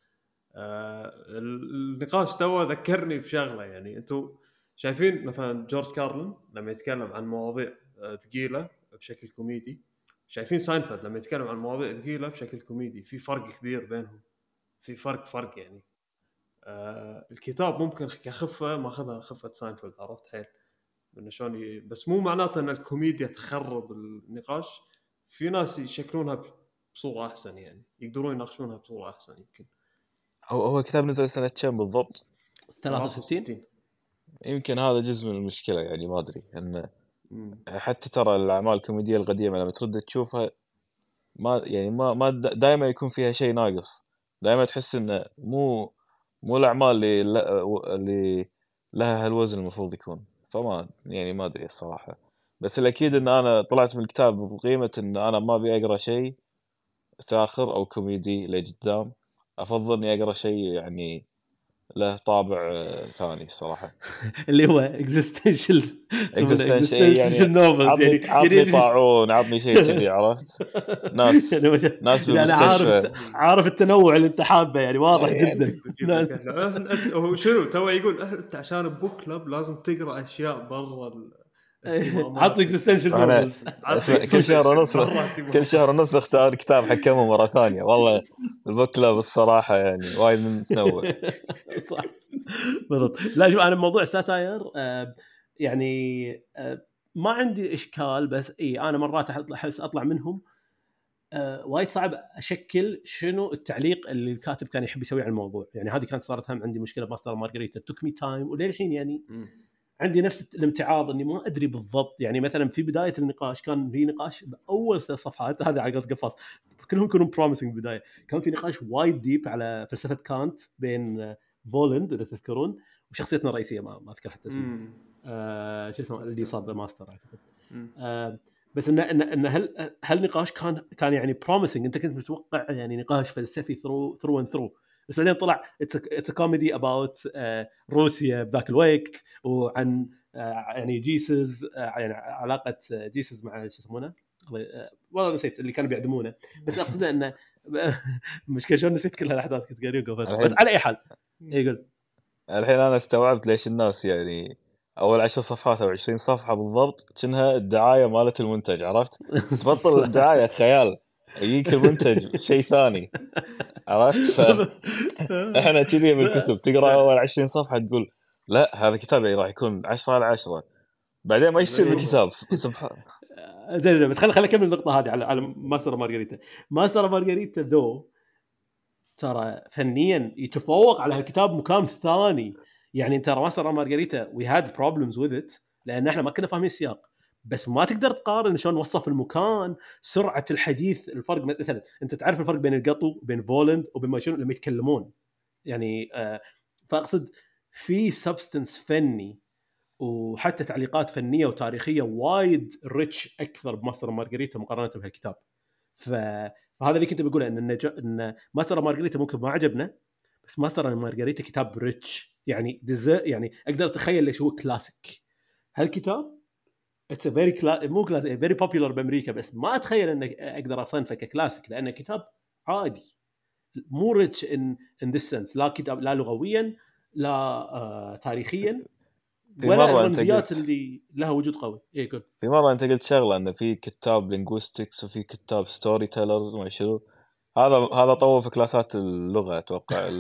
النقاش تو ذكرني بشغله، يعني انتم شايفين مثلا جورج كارلين لما يتكلم عن مواضيع ثقيله بشكل كوميدي، شايفين ساينفيلد لما يتكلم عن مواضيع ثقيله بشكل كوميدي، في فرق كبير بينهم، في فرق يعني. الكتاب ممكن كخفه ماخذها خفه ساينفيلد، عرفت حيل انه شلون بس مو معناته ان الكوميديا تخرب النقاش. في ناس يشكلونها بصوره احسن، يعني يقدرون يناقشونها بصوره احسن. يمكن هو الكتاب نزل سنه كم بالضبط؟ 63. يمكن هذا جزء من المشكله، يعني ما ادري انه حتى ترى الاعمال الكوميديه القديمه لما ترد تشوفها ما يعني ما دائما يكون فيها شيء ناقص، دائما تحس انه مو الاعمال اللي لها هالوزن المفروض يكون. فما يعني ما ادري الصراحه. بس الاكيد ان انا طلعت من الكتاب بقيمه ان انا ما ابي اقرا شيء ساخر او كوميدي لقدام، افضل اني اقرا شيء يعني له طابع ثاني الصراحه. اللي هو اكزيستنشال يعني نوفلز عطني طاعون، عطني شيء كذي، عرفت؟ ناس يعني انا بالمستشفى. عارف التنوع اللي انت حابه، يعني واضح جدا. هو شنو تو يقول انت عشان بوك كلب لازم تقرا اشياء برا الاهتمامات. عطني اكزيستنشال انا نوفلز. اسمع كل شهر ونص نختار كتاب حكمه مره ثانيه. والله البوك كلاب الصراحه يعني وايد متنوع. صح بالضبط. لا شوف، انا موضوع ساتاير يعني ما عندي اشكال، بس اي انا مرات احس اطلع منهم وايد صعب اشكل شنو التعليق اللي الكاتب كان يحب يسويه على الموضوع. يعني هذه كانت صارت هم عندي مشكله بماستر مارغريتا، توك مي تايم، وللحين يعني عندي نفس الامتعاض اني ما ادري بالضبط. يعني مثلا في بدايه النقاش كان في نقاش باول 3 صفحات، هذا على قولة قفاص كلهم كانوا بروميسنج بدايه. كان في نقاش وايد ديب على فلسفه كانت بين فولند اذا تذكرون وشخصيتنا الرئيسيه ما اذكر حتى اسمه شو اسمه اللي صار ماستر اعتقد. بس ان هل نقاش كان يعني بروميسنج. انت كنت متوقع يعني نقاش فلسفي ثرو اند ثرو، بس بعدين طلع اتس كوميدي اباوت روسيا بذاك الوقت، وعن يعني جيسس، يعني علاقه جيسس مع شو يسمونه والله نسيت اللي كانوا بيعدمونه. بس اقصد انه مشكله شلون نسيت كل هالاحداث كنت قاري قبل. بس على اي حال يقول الحين انا استوعبت ليش الناس يعني اول 10 صفحات او 20 صفحه بالضبط كأنها الدعايه مالت المنتج، عرفت؟ تبطل الدعايه خيال، يجيك المنتج شيء ثاني، عرفت؟ احنا كذي بالكتب تقرا اول 20 صفحه تقول لا هذا كتاب يعني راح يكون 10 على 10، بعدين ما يصير بالكتاب. سبحان زين بس خلينا نكمل النقطه هذه على ماستر مارغريتا. ماستر مارغريتا ذو ترى فنيا يتفوق على هالكتاب مكان ثاني. يعني ترى ماستر مارغريتا وي هاد بروبلمز وذ ات لان احنا ما كنا فاهمين السياق، بس ما تقدر تقارن شلون وصف المكان، سرعه الحديث، الفرق مثلا انت تعرف الفرق بين القطو بين فولند وبين ما شنو لما يتكلمون يعني فاقصد في سبستنس فني وحتى تعليقات فنيه وتاريخيه وايد ريتش اكثر بماستر مارغريتا مقارنه بهالكتاب. فهذا اللي كنت بقوله ان ماستر مارغريتا ممكن ما عجبنا، بس ماستر مارغريتا كتاب ريتش يعني يعني اقدر اتخيل ليش هو كلاسيك. هالكتاب اتس فيري مو كلاسيك، فيري بوبيلر بامريكا، بس ما اتخيل ان اقدر اصنفه ككلاسيك لانه كتاب عادي مو ريتش ان ذس سنس، لا كتاب لا لغويا لا تاريخيا ولا الرمزيات اللي لها وجود قوي. ايه قول. في مره انت قلت شغله انه في كتاب لينغويستكس وفي كتاب ستوري تيلرز ما شنو، هذا طوف في كلاسات اللغه اتوقع.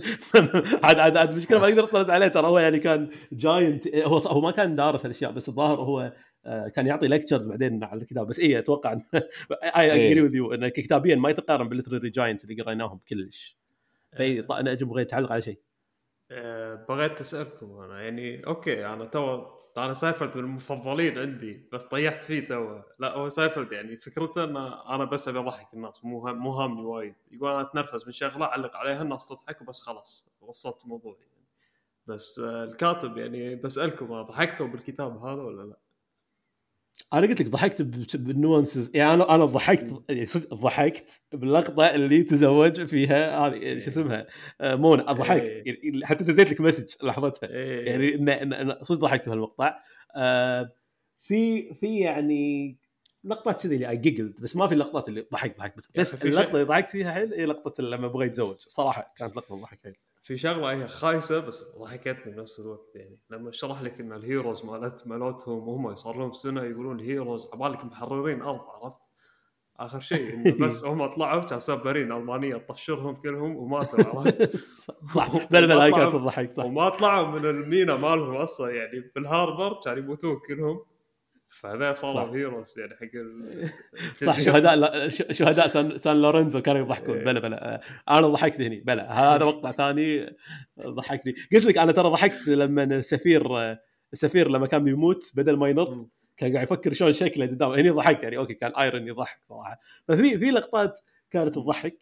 عاد مشكله ما اقدر اطلع عليه ترى. هو يعني كان جاينت، هو ما كان دارس الاشياء، بس الظاهر هو كان يعطي ليكتشرز بعدين على الكتاب. بس ايه اتوقع اي اجري وذ يو انه كتابيا ما يتقارن بالليتراري جاينت اللي قريناهم كلش. انا اجي بغيت اتعلق على شيء. بغيت اسالكم انا يعني اوكي انا سايفلد من المفضلين عندي بس طيحت فيه تو. لا هو سايفلد يعني فكرته ان انا بس ابي اضحك الناس، مو هامني وايد. يقول انا اتنرفز من شغله علق عليها الناس تضحك وبس خلاص وصلت الموضوع يعني. بس الكاتب يعني بسالكم ضحكتوا بالكتاب هذا ولا لا؟ انا قلت لك ضحكت بالنوانسز. يعني انا ضحكت باللقطه اللي تزوج فيها هذه شو اسمها منى. ضحكت يعني حتى نزلت لك مسج لاحظتها يعني ان صدق ضحكت بهالمقطع. في يعني لقطات كذي اللي جيجلد، بس ما في اللقطات اللي ضحكت بس اللقطه اللي ضحكت فيها حيل هي لقطه لما بغى يتزوج. صراحه كانت لقطه ضحك حيل. في شغله هي خايسه بس ضحكتني بنفس الوقت يعني لما شرح لك ان الهيروز مالتهم وهم صار لهم سنه يقولون الهيروز عبالك محررين ارض، عرفت؟ اخر شيء انه بس هم طلعوا كان سابرين المانيه طشرهم كلهم وماتوا، عرفت؟ صح بلا هاي كانت الضحك صح. وما طلعوا من المينا مالهم اصلا يعني بالهاربر كانوا يموتون كلهم، فهذا صاروا هيروز يعني حق صح. شهداء سان لورنزو كانوا يضحكون. بلا انا ضحكت هني. بلا هذا مقطع ثاني ضحكني. قلت لك انا ترى ضحكت لما السفير لما كان بيموت بدل ما ينط كان قاعد يفكر شلون شكله قدام. هني ضحكت يعني اوكي كان ايرون يضحك صراحه. ففي لقطات كانت تضحك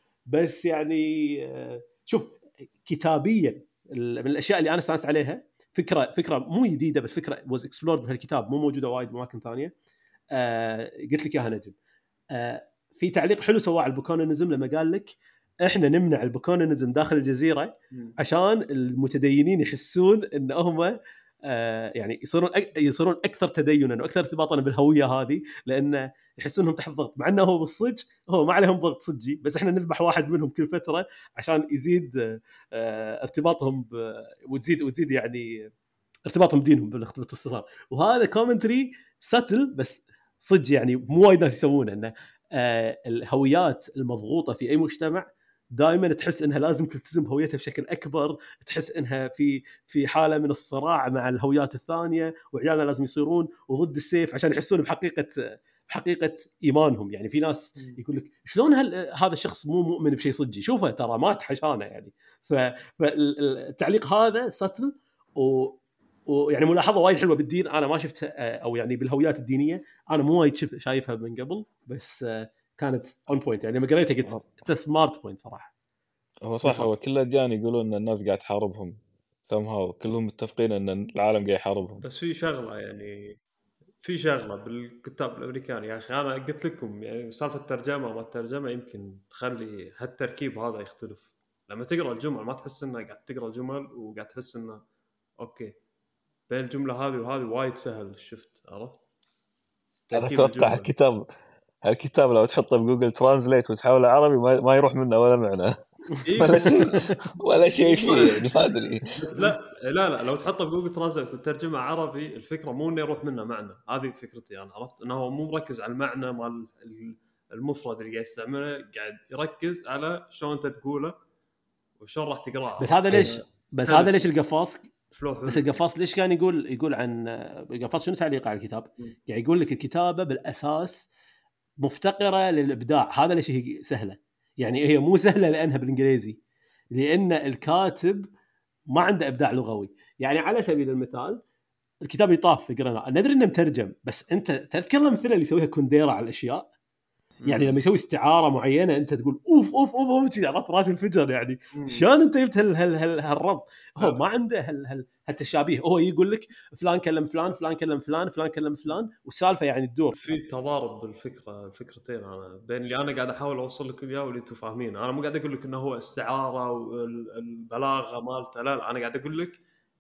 بس يعني شوف كتابيا من الاشياء اللي انا استانست عليها فكره مو جديده بس فكره واز اكسبلورد بهالكتاب مو موجوده وايد باماكن ثانيه. قلت لك اياها نجم. في تعليق حلو سواه على البوكونيزم لما قال لك احنا نمنع البوكونيزم داخل الجزيره عشان المتدينين يحسون ان هم يعني يصيرون اكثر تدينا واكثر ارتباطا بالهويه هذه، لان يحسون انهم تحت ضغط، مع انه هو بالصج هو ما عليهم ضغط صجي، بس احنا نذبح واحد منهم كل فتره عشان يزيد ارتباطهم وتزيد يعني ارتباطهم بدينهم بالاختصار. وهذا كومنتري ساتل بس صدق يعني مو وايد ناس يسوونه، انه الهويات المضغوطه في اي مجتمع دائما تحس انها لازم تلتزم بهويتها بشكل اكبر، تحس انها في حاله من الصراع مع الهويات الثانيه، وعيالنا لازم يصيرون وضد السيف عشان يحسون بحقيقه ايمانهم. يعني في ناس يقول لك شلون هذا الشخص مو مؤمن بشيء صدقي، شوفه ترى مات حشانه يعني. فالتعليق هذا ساتل ويعني ملاحظه وايد حلوه بالدين، انا ما شفت او يعني بالهويات الدينيه انا مو وايد شايفها من قبل، بس كانت اون بوينت يعني لما قريتها قلت اتس سمارت بوينت صراحه. هو صح، هو كل الاديان يقولون ان الناس قاعد تحاربهم somehow، كلهم متفقين ان العالم قاعد يحاربهم. بس في شغله يعني في شغله بالكتاب الامريكان يا اخي، انا قلت لكم يعني سالفه الترجمه وما الترجمه يمكن تخلي هالتركيب هذا يختلف. لما تقرا الجمل ما تحس انك قاعد تقرا جمل وقاعد تحس انه اوكي بين الجمله هذه وهذه وايد سهل شفت، عرفت؟ انا اتوقع الكتاب لو تحطه بجوجل ترانزليت وتحوله عربي ما يروح منه ولا معنى ولا شيء فيه يعني ما ادري. بس لا لو تحطه بجوجل ترانزليت وترجمه عربي الفكره مو انه يروح منه معنى، هذه فكرتي انا، عرفت؟ انه هو مو مركز على المعنى مال المفرد اللي قاعد يستعمله، قاعد يركز على شلون انت تقوله وشلون راح تقراه. بس هذا ليش القفاص بس القفاص ليش كان يقول عن القفاص شنو تعليقه على الكتاب؟ يعني يقول لك الكتابه بالاساس مفتقره للابداع. هذا ليش هي سهله، يعني هي مو سهله لانها بالانجليزي، لان الكاتب ما عنده ابداع لغوي. يعني على سبيل المثال الكتاب يطاف فقرنا ندري انه مترجم، بس انت تذكر الامثله اللي يسويها كونديرا على الاشياء، يعني لما يسوي استعاره معينه انت تقول اوف اوف اوف اوف عرفت راس انفجر يعني. شلون انت جبت هالربط؟ هو ما عنده هالتشابيه، هو يقول لك فلان كلم فلان، فلان كلم فلان، فلان كلم فلان، والسالفه يعني تدور في تضارب الفكرتين انا بين اللي انا قاعد احاول اوصل لك اياه واللي انتم فاهمين. انا مو قاعد اقول لك انه هو استعاره والبلاغه مالته، لا انا قاعد اقول لك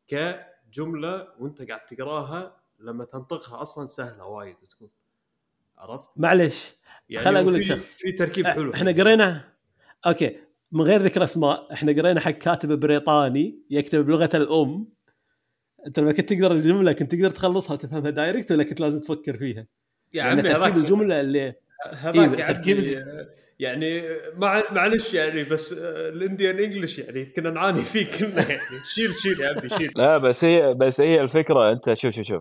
كجمله وانت قاعد تقراها لما تنطقها اصلا سهله وايد تكون، عرفت؟ معلش يعني خل اقول لك شخص في تركيب حلو. احنا قرينا اوكي من غير ذكر اسماء، احنا قرينا حق كاتب بريطاني يكتب بلغه الام. انت لما كنت تقرا الجمله كنت تقدر تخلصها وتفهمها دايركت ولا كنت لازم تفكر فيها؟ يعني تركيب الجمله اللي هذاك يعني معلش يعني، بس الانديان انجلش يعني كنا نعاني فيه كلنا يعني. شيل يا عمي شيل. لا بس هي الفكره، انت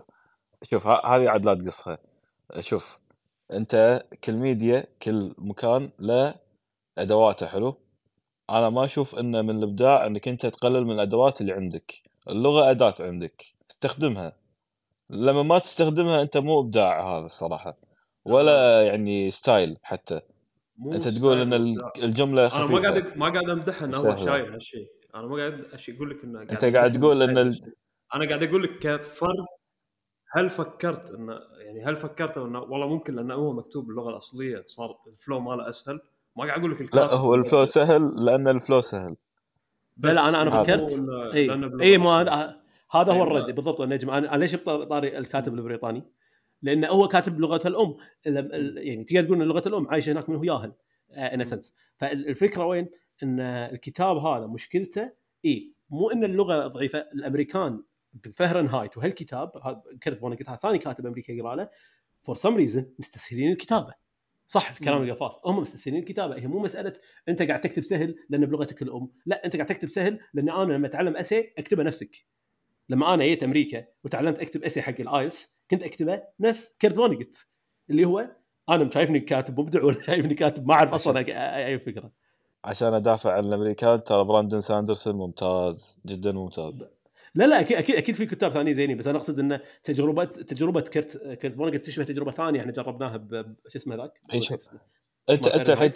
شوف هذه عاد لا تقصها. شوف انت كل ميديا كل مكان له ادواته، حلو. انا ما اشوف انه من الابداع انك انت تقلل من الادوات اللي عندك. اللغه اداه عندك استخدمها، لما ما تستخدمها انت مو ابداع هذا الصراحه، ولا يعني ستايل حتى. انت تقول ان الجمله خفيفه. انا ما قاعد امدح انه هو شايل هالشيء، انا ما قاعد اقول لك انه انت قاعد تقول ان انا قاعد اقول لك كفرد. هل فكرت انه انه والله ممكن لانه هو مكتوب باللغه الاصليه صار الفلو ماله اسهل؟ ما قاعد اقول لك الكاتب لا هو الفلو سهل لان الفلو سهل. لا انا فكرت اي ما هذا هو الرد بالضبط. النجم انا ليش طاري الكاتب البريطاني؟ لانه هو كاتب بلغه الام، يعني تقدر تقول ان لغه الام عايشه هناك من هو ياهل ان اسنس. فالفكره وين؟ ان الكتاب هذا مشكلته مو ان اللغه ضعيفه. الامريكان بالفهرنهايت وهالكتاب كرت وانا قلتها ثاني كاتب امريكي يقرا له فور سم ريزن مستسهلين الكتابه. صح الكلام القفاص، هم مستسهلين الكتابه. هي مو مساله انت قاعد تكتب سهل لان بلغتك الام، لا انت قاعد تكتب سهل لان انا لما اتعلم اسي اكتبه نفسك. لما انا جيت امريكا وتعلمت اكتب اسي حق الايلتس كنت اكتبه نفس كيرت فونيغت، اللي هو انا شايفني كاتب مبدع ولا شايفني كاتب ما اعرف اصلا اي فكره. عشان ادافع عن الامريكان ترى براندون ساندرسون ممتاز جدا ممتاز. لا اكيد في كتاب ثاني زينين، بس انا اقصد ان تجربه كيرت فونيغت تشبه تجربه ثانيه احنا جربناها شو اسمه ذاك. انت الحين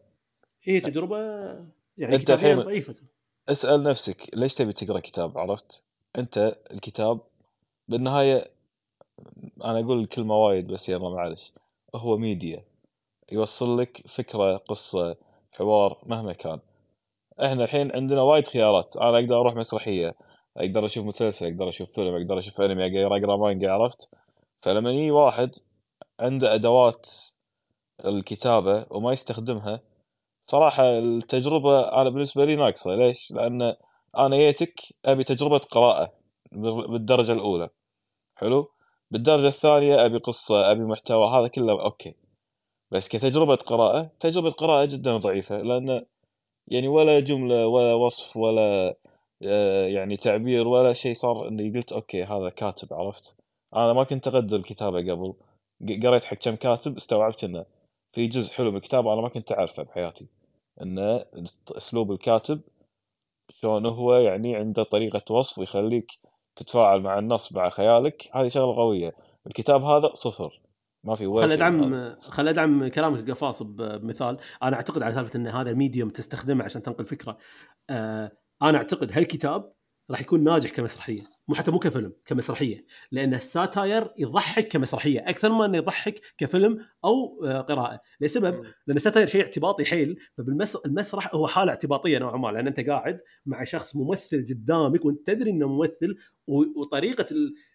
هي تجربه يعني كتابين ضعيفه. اسال نفسك ليش تبي تقرا كتاب، عرفت؟ انت الكتاب بالنهايه، انا اقول الكلمه وايد بس يلا معلش، هو ميديا يوصل لك فكره، قصه، حوار، مهما كان. احنا الحين عندنا وايد خيارات، انا اقدر اروح مسرحيه، اقدر اشوف مسلسل، اقدر اشوف فيلم، اقدر اشوف انمي، اقدر اقرا مانجا، عرفت؟ فلما يجي واحد عنده ادوات الكتابه وما يستخدمها، صراحه التجربه انا بالنسبه لي ناقصه. ليش؟ لان انا جيتك ابي تجربه قراءه بالدرجه الاولى، حلو، بالدرجه الثانيه ابي قصه، ابي محتوى، هذا كله اوكي. بس كتجربه قراءه، تجربه قراءه جدا ضعيفه، لان يعني ولا جمله ولا وصف ولا يعني تعبير ولا شيء صار اني قلت اوكي هذا كاتب، عرفت؟ انا ما كنت اقدر الكتابه قبل، قريت حق كم كاتب استوعبت انه في جزء حلو من الكتابه انا ما كنت اعرفه بحياتي، انه اسلوب الكاتب شلون هو يعني عنده طريقه وصف ويخليك تتفاعل مع النص مع خيالك. هذه شغله قويه، الكتاب هذا صفر، ما في ولا خل شيء من هذا. ادعم كلامك القفاص بمثال. انا اعتقد على سالفه ان هذا الميديوم تستخدمه عشان تنقل فكره. انا اعتقد هالكتاب راح يكون ناجح كمسرحيه، مو كفيلم، كمسرحيه، لان الساتاير يضحك كمسرحيه اكثر ما انه يضحك كفيلم او قراءه. لسبب، لان الساتاير شيء اعتباطي حيل، فبالمسرح هو حاله اعتباطيه نوعا ما، لان انت قاعد مع شخص ممثل قدامك وانت تدري انه ممثل، وطريقه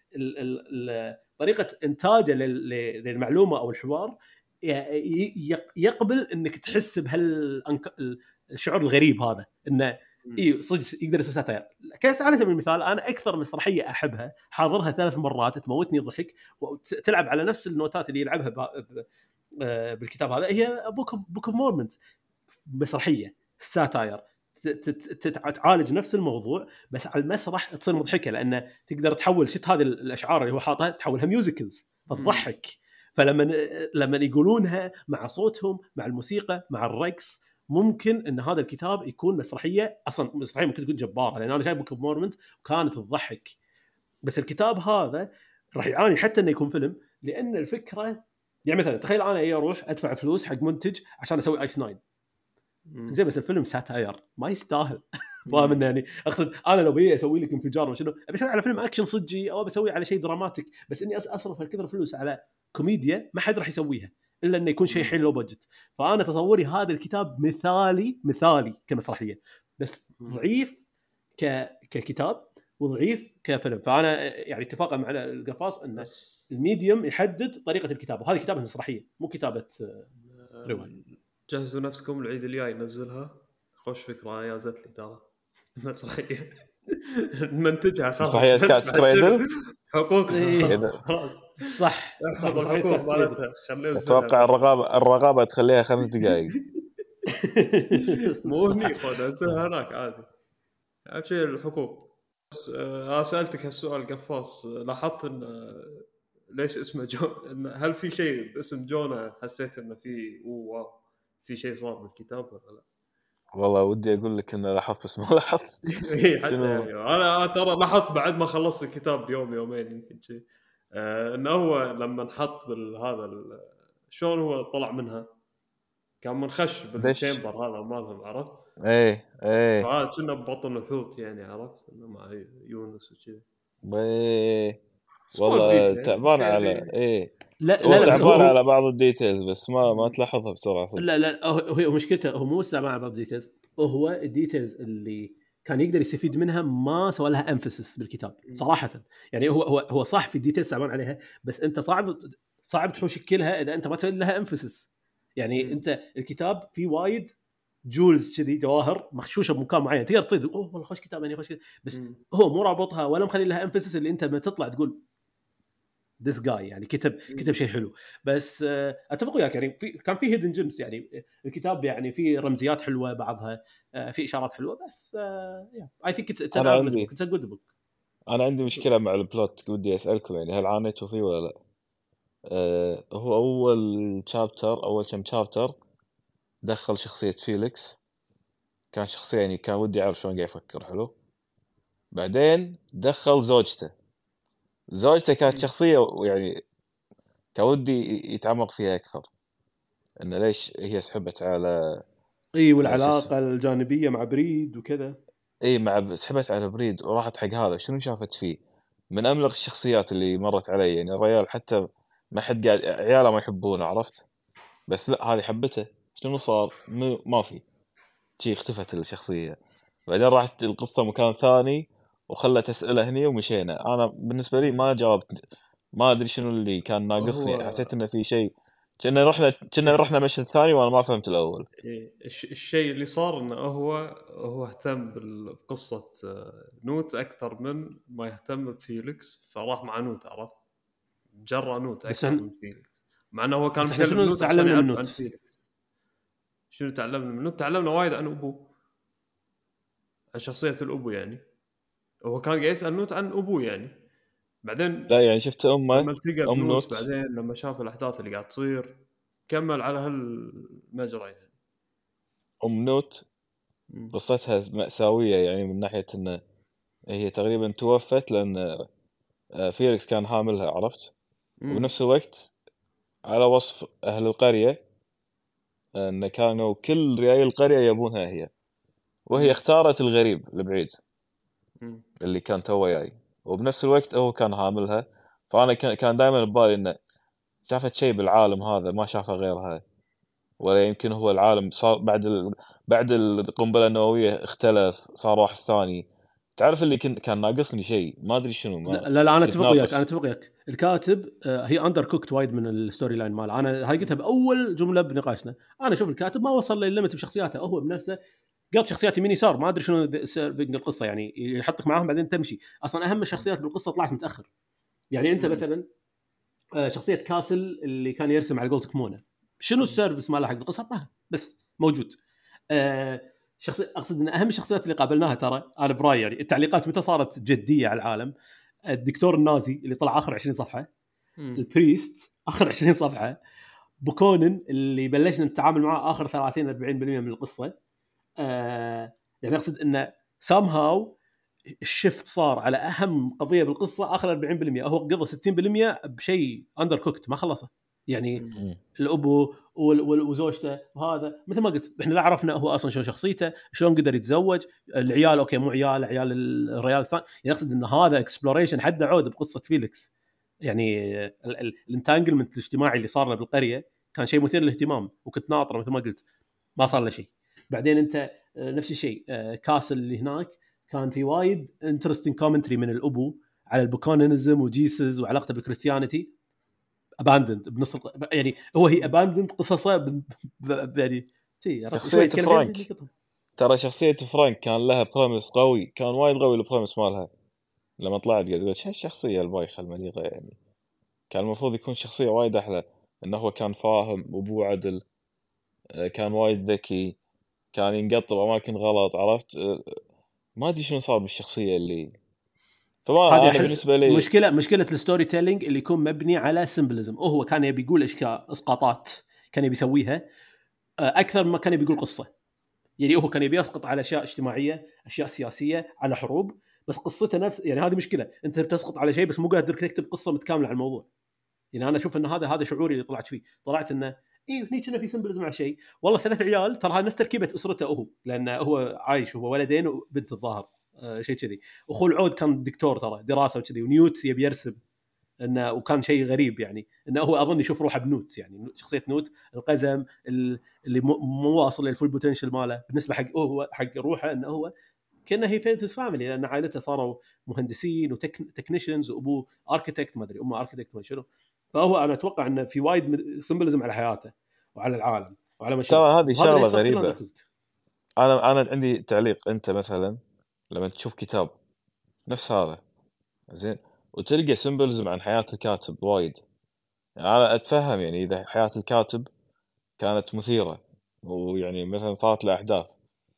طريقه انتاجه للمعلومه او الحوار يقبل انك تحس الشعور الغريب هذا، انه اي صدق يقدر يصير ساتاير. على سبيل المثال، انا اكثر مسرحيه احبها حاضرها 3 مرات تموتني ضحك وتلعب على نفس النوتات اللي يلعبها بالكتاب هذا، هي بوك اوف مورمنت. مسرحيه ساتاير تعالج نفس الموضوع بس على المسرح تصير مضحكه، لانه تقدر تحول هذه الاشعار اللي هو حاطها تحولها ميوزيكلز فتضحك. فلما يقولونها مع صوتهم، مع الموسيقى، مع الرقص، ممكن ان هذا الكتاب يكون مسرحيه. اصلا مسرحيه ممكن تكون جباره، لان انا شايف بوك اوف مورمنت وكانت تضحك. بس الكتاب هذا راح يعاني حتى انه يكون فيلم، لان الفكره يعني مثلا تخيل انا اروح ادفع فلوس حق منتج عشان اسوي ايس 9 زين، بس الفيلم ساتاير ما يستاهل. فاهم يعني؟ اقصد انا لو بي اسوي لك انفجار وشنو، ابي اسوي على فيلم اكشن صجي او بسوي على شيء دراماتيك، بس اني اصرف هالكثر فلوس على كوميديا ما حد راح يسويها الا انه يكون شيء حيل لو بادجت. فانا تصوري هذا الكتاب مثالي كمسرحيه، بس ضعيف ككتاب وضعيف كفيلم. فانا يعني اتفاقا مع القفاص ان الميديوم يحدد طريقه الكتابه، وهذه كتابه مسرحيه مو كتابه روايه. جهزوا نفسكم العيد الجاي ننزلها. خوش فكره، انا جازت لي ترى مسرحيه نمنتجها خلاص، مسرحيه كات سكريدل حقوق خلاص صح احفظ الحقوق مالتها، خلينا اتوقع الرقابه تخليها 5 دقائق. مو هني خذ نزلها هناك عادي، اهم شيء الحقوق. بس انا سالتك هالسؤال قفاص، لاحظت ان ليش اسمه جون، هل في شيء باسم جونا حسيت انه في شيء صار بالكتاب ولا لا؟ والله ودي اقول لك انه لاحظت بس ما لاحظت. حتى يعني انا ترى لاحظت بعد ما خلصت الكتاب بيوم يومين يمكن شيء، انه هو لما نحط بالهذا شلون هو طلع منها، كان منخش بالتشامبر هذا مالهم، عرفت؟ ايه فهذا كنا ببطن الحوت يعني، عرفت انه مع يونس وكذا. والله تعبان على لا تعبان على بعض الديتيلز بس ما تلاحظها بسرعه صدق. لا هو مشكلته هو مو استعمال على بعض الديتيلز، هو الديتيلز اللي كان يقدر يستفيد منها ما سوى لها امفسس بالكتاب صراحه. يعني هو صح في الديتيلز تعبان عليها، بس انت صعب تحوش كلها اذا انت ما تسوي لها امفسس. يعني انت الكتاب فيه وايد جولز كذي، جواهر مخشوشه بمكان معين، تقدر تصيد والله خوش كتاب يعني خوش كتاب، بس هو مو رابطها ولا مخلي لها امفسس اللي انت ما تطلع تقول this guy يعني كتب شيء حلو. بس اتفق وياك يعني كان في هيدن جيمز، يعني الكتاب يعني في رمزيات حلوه بعضها، في اشارات حلوه، بس اي ثينك انا عندي مشكله مع البلوت، ودي اسالكم يعني هل عانيتوا فيه ولا لا؟ هو اول كم شابتر دخل شخصيه فيليكس، كان شخصيه يعني كان ودي اعرف شلون قاعد يفكر، حلو. بعدين دخل زوجته كانت شخصيه يعني كان ودي يتعمق فيها اكثر، انه ليش هي سحبت على والعلاقه الجانبيه مع بريد وكذا. اي مع سحبت على بريد وراحت حق هذا، شنو شافت فيه من املق الشخصيات اللي مرت علي. يعني الرجال حتى ما حد قاعد عياله ما يحبونه، عرفت؟ بس لا، هذه حبته. شنو صار؟ ما في شي، اختفت الشخصيه. بعدين راحت القصه مكان ثاني وخلت اسئله هني ومشينا. انا بالنسبه لي ما جاوبت، ما ادري شنو اللي كان ناقصني. هو حسيت انه في شيء، كنا رحنا مشهد ثاني وانا ما فهمت الاول. الشيء اللي صار انه هو اهتم بقصه نوت اكثر من ما يهتم بفيليكس، فراح مع نوت، عرفت؟ جرى نوت بس اكثر من فيليكس، مع انه هو كان بس احنا مكلم شنو نوت عشان تعلمنا من يعرف عن نوت؟ فيليكس. شنو تعلمنا من نوت؟ تعلمنا وايد عن ابوه، عن شخصيه الابو يعني. هو كان قاعد يسال نوت عن ابوه يعني. بعدين لا يعني شفت امه، لما التقى ام بنوت، نوت، بعدين لما شاف الاحداث اللي قاعد تصير كمل على هالمجرى يعني. ام نوت مم. قصتها مأساوية. يعني من ناحية انه هي تقريبا توفت لان فيليكس كان حاملها، عرفت؟ مم. وبنفس الوقت على وصف اهل القرية ان كانوا كل رجال القرية يبونها هي، وهي مم. اختارت الغريب البعيد مم. اللي كان توه جاي، وبنفس الوقت هو كان حاملها. فانا كان دائما ببالي انه شافت شيء بالعالم هذا ما شافه غيرها، ولا يمكن هو العالم صار بعد القنبلة النووية اختلف، صار واحد ثاني. تعرف اللي كان ناقصني شيء، ما ادري شنو. لا ما لا, لا انا كنت اتفق وياك، انا ناطر. اتفق وياك. الكاتب هي اندر كوكت وايد من الستوري لاين مال. انا هاي قلتها باول جمله بنقاشنا. انا اشوف الكاتب ما وصل للليمت بشخصياته، هو بنفسه قط شخصيات يمين يسار، ما ادري شنو القصه يعني، يحطك معاهم بعدين تمشي. اصلا اهم الشخصيات بالقصه طلعت متاخر. يعني انت مثلا شخصيه كاسل اللي كان يرسم على قولتك مونا، شنو السيرفس ماله حق القصه؟ ما بس موجود. اقصد ان اهم الشخصيات اللي قابلناها، ترى انا برايي يعني التعليقات متى صارت جديه على العالم. الدكتور النازي اللي طلع اخر 20 صفحه، البريست اخر 20 صفحه، بوكونن اللي بلشنا نتعامل معاه اخر 30 40% من القصه. يعني اقصد انه سام هاو الشفت صار على اهم قضيه بالقصه اخر 40%، هو قضى 60% بشيء اندر كوكت ما خلصه يعني. الابو وزوجته، وهذا مثل ما قلت احنا لا عرفنا هو اصلا شلون شخصيته، شلون قدر يتزوج، العيال اوكي مو عيال الريال الثاني. يعني اقصد ان هذا اكسبلوريشن حد عود بقصه فيليكس. يعني الانتانجلمنت الاجتماعي اللي صار له بالقريه كان شيء مثير للاهتمام، وكنت ناطر مثل ما قلت، ما صار له شيء. بعدين انت نفس الشيء كاسل اللي هناك كان في وايد انترستنج كومنتري من الابو على البوكونيزم وجيسس وعلاقته بالكريستيانيتي. اباندند بنص يعني هي اباندند قصصه يعني شيء شخصية شوي كلمتين. فرانك، ترى شخصية فرانك كان لها بريمس قوي، كان وايد قوي البريمس مالها. لما طلعت قاعد قلت الشخصية البايخة المليقة يعني. كان المفروض يكون شخصية وايد أحلى. إنه هو كان فاهم وأبوه عدل، كان وايد ذكي، كان ينقط بأماكن غلط، عرفت؟ ما أدري شنو صار بالشخصية اللي. هذه فما أنا احس بالنسبة لي مشكله الستوري تيلينج اللي يكون مبني على سيمبلزم. هو كان يبي يقول اشياء اسقاطات كان يبي يسويها اكثر ما كان يبي يقول قصه. يعني هو كان يبي يسقط على اشياء اجتماعيه، اشياء سياسيه، على حروب، بس قصته نفس يعني. هذه مشكله، انت بتسقط على شيء بس مو قادر تكتب قصه متكامله على الموضوع. يعني انا اشوف ان هذا شعوري اللي طلعت فيه. طلعت انه هني كنا في سمبلزم على شيء. والله 3 عيال ترى هاي نفس تركيبه اسرته هو، لان هو عايش هو ولدين وبنت الظاهر شيء كذي. اخو العود كان دكتور ترى دراسه وكذي، ونيوت يبي يرسم انه، وكان شيء غريب يعني انه هو اظن يشوف روحه بنوت. يعني شخصيه نوت القزم اللي مو واصل للفول بوتنشل ماله بالنسبه حق هو حق روحه، انه هو كانه هي فيلتس فاميلي، لان عائلته صاروا مهندسين وتكنيشنز، وابوه اركيتكت ما ادري امه اركيتكت ما شنو. فهو انا اتوقع انه في وايد سيمبلزم على حياته وعلى العالم وعلى مشاهد، ترى هذه وهذا اللي شغلة صار كله غريبة. اندركوت. أنا عندي تعليق. أنت مثلا لما تشوف كتاب نفس هذا زين وتلقى سيمبلزم عن حياة الكاتب وايد، يعني أنا أتفهم يعني إذا حياة الكاتب كانت مثيرة ويعني مثلا صارت له أحداث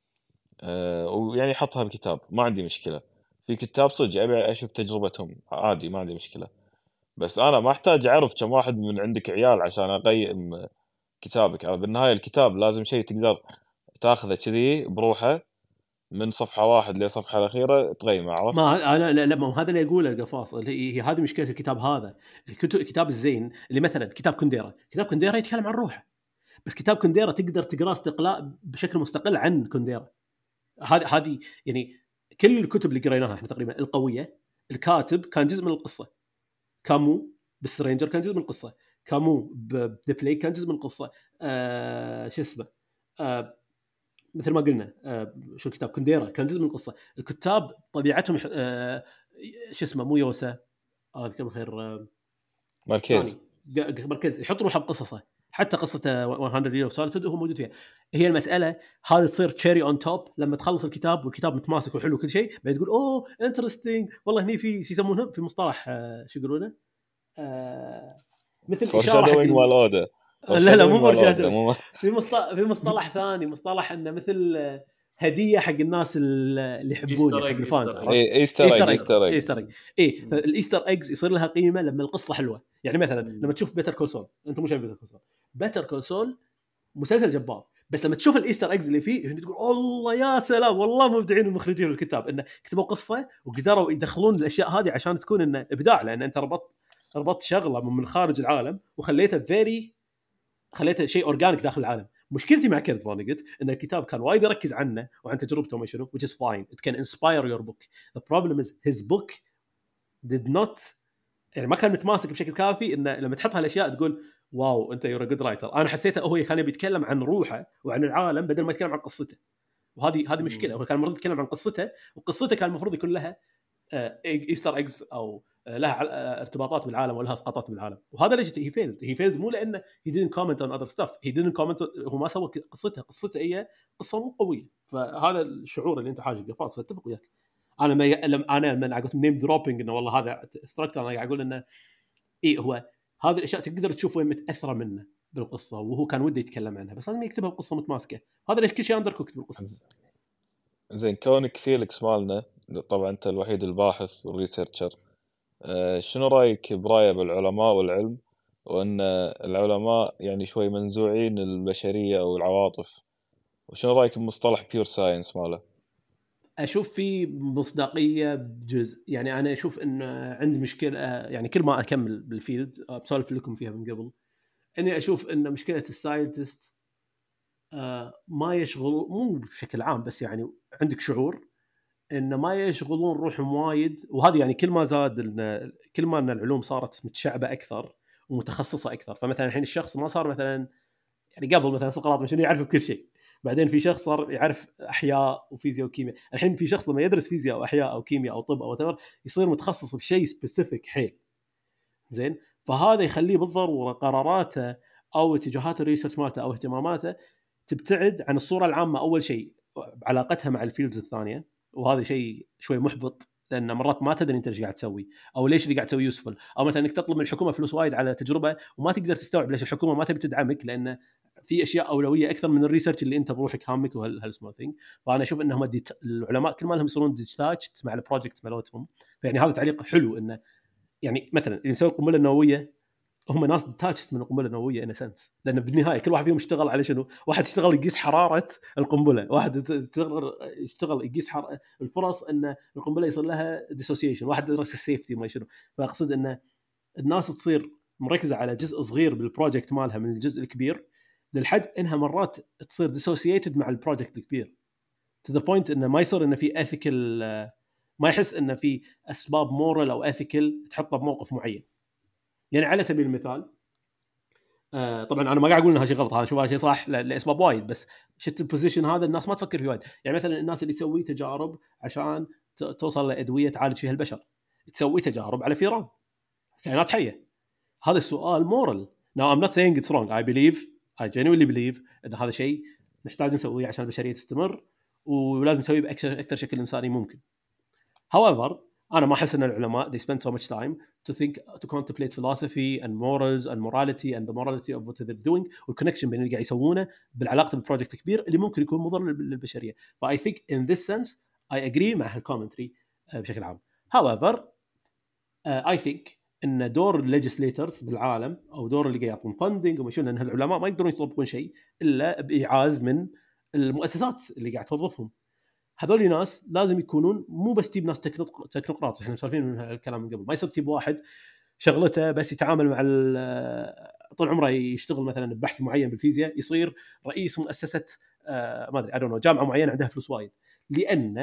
ويعني حطها بكتاب ما عندي مشكلة. في كتاب صدق أبي أشوف تجربتهم عادي ما عندي مشكلة. بس أنا ما أحتاج أعرف كم واحد من عندك عيال عشان أقيم كتابك. أنا بالنهاية الكتاب لازم شيء تقدر تاخذه كذي بروحه من صفحة واحد لصفحة الأخيرة تقيمه، عرفت؟ ما انا لا ما هذا اللي اقوله القفاص. هي هذه مشكله الكتاب هذا. الكتاب الزين اللي مثلا كتاب كونديرا يتكلم عن روحه، بس كتاب كونديرا تقدر تقراه استقلاء بشكل مستقل عن كونديرا. هذه يعني كل الكتب اللي قريناها احنا تقريبا القويه، الكاتب كان جزء من القصه. كامو بسترينجر كان جزء من القصه، كامو بذا بلاي كان جزء من القصه. شو اسمه مثل ما قلنا شو الكتاب كونديرا كان جزء من القصه. الكتاب طبيعتهم شو اسمه مو يوسا اذكر بخير ماركيز مركز يحط روحه بقصصه. حتى قصة 100 Years of Solitude هو موجود فيها. هي المسألة هذه تصير تشيري اون توب لما تخلص الكتاب والكتاب متماسك وحلو كل شيء، بعد تقول اوه انترستينج والله هني في يسمونه في مصطلح شو يقولونه مثل إشارة حق مال اودا. لا مو مرشد، في مصطلح ثاني، مصطلح انه مثل هديه حق الناس اللي يحبونه حق الفانز. ايستر ايج فالايستر ايجز يصير لها قيمه لما القصه حلوه. يعني مثلا لما تشوف بيتر كول سول، انت مو شايف بيتر كول سول مسلسل جبار، بس لما تشوف الايستر ايجز اللي فيه يعني تقول الله يا سلام والله مبدعين المخرجين والكتاب انه كتبوا قصه وقدروا يدخلون الاشياء هذه عشان تكون انه ابداع، لان انت ربطت شغله من خارج العالم وخليته خليته شيء اورجانيك داخل العالم. مشكلتي مع كيرت فونيغت ان الكتاب كان وايد يركز عنه وعن تجربته وما شنو which is fine it can inspire your book. The problem is his book did not يعني ما كان متماسك بشكل كافي انه لما تحط هالاشياء تقول واو انت يور جود رايتر. انا حسيته هو كان بيتكلم عن روحه وعن العالم بدل ما يتكلم عن قصته، وهذه مشكله. هو كان المفروض يتكلم عن قصته، وقصته كان المفروض يكون لها ايستر ايجز او لها ارتباطات بالعالم ولها اسقاطات بالعالم. وهذا ليش هي فيلد مو لانه he didn't comment on other stuff, he didn't comment هو ما سوى قصته هي قصه مو قويه. فهذا الشعور اللي انت حاجه قفاص اتفق وياك. انا لما قلت نيم دروبينج انه والله هذا استركت، انا قاعد اقول انه هو هذه الاشياء تقدر تشوف وين متاثره منه بالقصه وهو كان وده يتكلم عنها، بس لازم يكتبها بقصه متماسكه. هذا ليش كل شيء اندر كوكت بالقصه. زين كونك فيليكس مالنا طبعا انت الوحيد الباحث والريسيرشر، شنو رايك برايه بالعلماء والعلم، وان العلماء يعني شوي منزوعين البشريه او العواطف، وشنو رايك بمصطلح بيور ساينس ماله؟ اشوف في مصداقيه بجزء. يعني انا اشوف ان عندي مشكله، يعني كل ما اكمل بالفيلد بسولف لكم فيها من قبل، اني اشوف ان مشكله الساينتست ما يشغل مو بشكل عام بس يعني عندك شعور ان ما يشغلون روحهم وايد. وهذه يعني كل ما زاد كل ما ان العلوم صارت متشعبه اكثر ومتخصصه اكثر. فمثلا الحين الشخص ما صار مثلا يعني قبل مثلا سقراط مشان يعرف بكل شيء، بعدين في شخص صار يعرف احياء وفيزياء وكيمياء، الحين في شخص لما يدرس فيزياء او احياء او كيمياء او طب او تمر يصير متخصص بشيء سبيسيفيك حيل زين. فهذا يخليه بالضروره قراراته او اتجاهات الريسيرش مالته او اهتماماته تبتعد عن الصوره العامه اول شيء بعلاقتها مع الفيلدز الثانيه. وهذا شيء شوي محبط، لان مرات ما تدري انت ايش قاعد تسوي او ليش اللي قاعد تسوي يوسفل، او مثلا انك تطلب من الحكومه فلوس وايد على تجربه وما تقدر تستوعب ليش الحكومه ما تبي تدعمك، لان في اشياء اولويه اكثر من الريسيرش اللي انت بروحك هامك وهالسمول ثينج. فانا اشوف انهم العلماء كل ما لهم يصيرون ديتاتشد مع البروجكت مالتهم. فيعني هذا تعليق حلو انه يعني مثلا اللي يسوي القنبله النوويه هم ناس ديتاتشد من القنبله النوويه ان سنس، لان بالنهايه كل واحد فيهم يشتغل على شنو؟ واحد يشتغل يقيس حراره القنبله، واحد يشتغل يقيس الفرص ان القنبله يصير لها ديسوسيشن، واحد يدرس السيفتي ما شنو. فاقصد ان الناس تصير مركزه على جزء صغير بالبروجكت مالها من الجزء الكبير للحد انها مرات تصير ديسوسييتد مع البروجكت الكبير to the point انه ما يصير انه في ethical، ما يحس انه في اسباب مورال او ethical تحطه بموقف معين. يعني على سبيل المثال طبعا انا ما قاعد اقول انها شيء غلط، انا اشوفها شيء صح لاسباب وايد، بس شفت البوزيشن هذا الناس ما تفكر فيه وايد. يعني مثلا الناس اللي تسوي تجارب عشان توصل لادويه تعالج فيها البشر، تسوي تجارب على فيران كائنات حيه. هذا السؤال مورال. Now I'm not saying it's wrong, I genuinely believe ان هذا شيء نحتاج نسويه عشان البشريه تستمر ولازم نسويه باكثر شكل انساني ممكن. However أنا ما أحس أن العلماء they spend so much time to contemplate philosophy and morals and morality and the morality of what they're doing والconnection بين اللي قاعد يسوونه بالعلاقة بالبروجكت الكبير اللي ممكن يكون مضر للبشرية. I think in this sense I agree مع هالكومنتري بشكل عام. However I think إن دور legislators بالعالم أو دور اللي قاعد يعطون funding وما شنو، أن العلماء ما يقدرون يطلبون شيء إلا بإعاز من المؤسسات اللي قاعد توظفهم. هذول ناس لازم يكونون مو بس تجيب ناس تكنوقراط، احنا مسولفين من الكلام من قبل، ما يصير تجيب واحد شغلته بس يتعامل مع طول عمره يشتغل مثلا ببحث معين بالفيزياء يصير رئيس مؤسسه ما ادري جامعه معينه عندها فلوس وايد، لان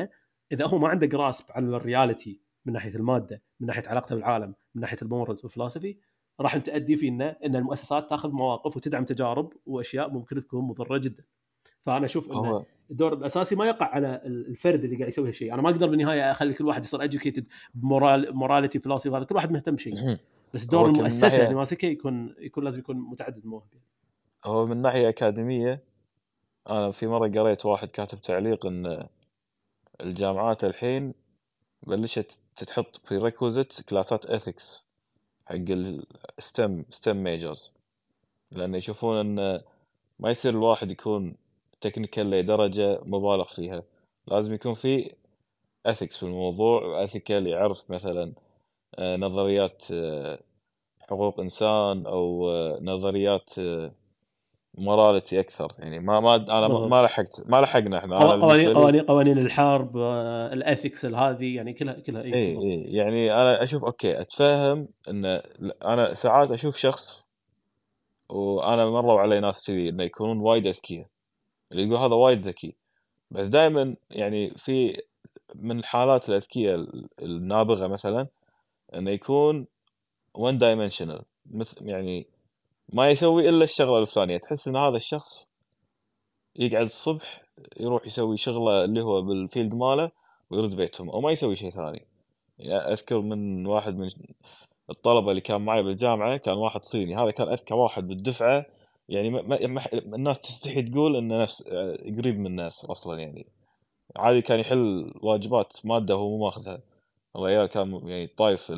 اذا هو ما عنده جراسب على الرياليتي من ناحيه الماده، من ناحيه علاقته بالعالم، من ناحيه المورالز والفلسفي، راح تؤدي في ان المؤسسات تاخذ مواقف وتدعم تجارب واشياء ممكن تكون مضره جدا. فانا اشوف ان هو الدور الاساسي ما يقع على الفرد اللي قاعد يسوي هالشيء. انا ما اقدر بالنهايه اخلي كل واحد يصير educated موراليتي فلسفي، هذا كل واحد مهتم شيء، بس دور هو من المؤسسه اللي ناحية ماسكه يكون لازم يكون متعدد المواهب. هو من ناحية أكاديمية، أنا في مرة قريت واحد كاتب تعليق إن الجامعات الحين بلشت تحط prerequisite كلاسات ethics حق ال STEM majors، لأن يشوفون إن ما يصير الواحد يكون technical لدرجة مبالغ فيها، لازم يكون في ethics في الموضوع، ethical يعرف مثلا نظريات حقوق إنسان أو نظريات موراليتي أكثر. يعني أنا بالضبط. ما لحقنا إحنا. أنا بالنسبة لي قوانين الحرب، الاثكس هذه يعني كلها إيه بالضبط. يعني أنا أشوف أوكي أتفهم إن أنا ساعات أشوف شخص، وأنا مروا علي ناس كذي إنه يكونون وايد أذكياء، اللي يقول هذا وايد ذكي، بس دائما يعني في من الحالات الأذكية النابغة مثلا إنه يكون one dimensional، مثل يعني ما يسوي إلا الشغلة الفلانية، تحس إن هذا الشخص يقعد الصبح يروح يسوي شغله اللي هو بالفيلد ماله ويرد بيتهم، أو ما يسوي شيء ثاني. يعني أذكر من واحد من الطلبة اللي كان معي بالجامعة، كان واحد صيني، هذا كان أذكى واحد بالدفعة. يعني الناس تستحي تقول إنه نفس قريب من الناس أصلا. يعني عادي كان يحل واجبات مادة وهو مو ماخذها. الرجال كان يعني طايف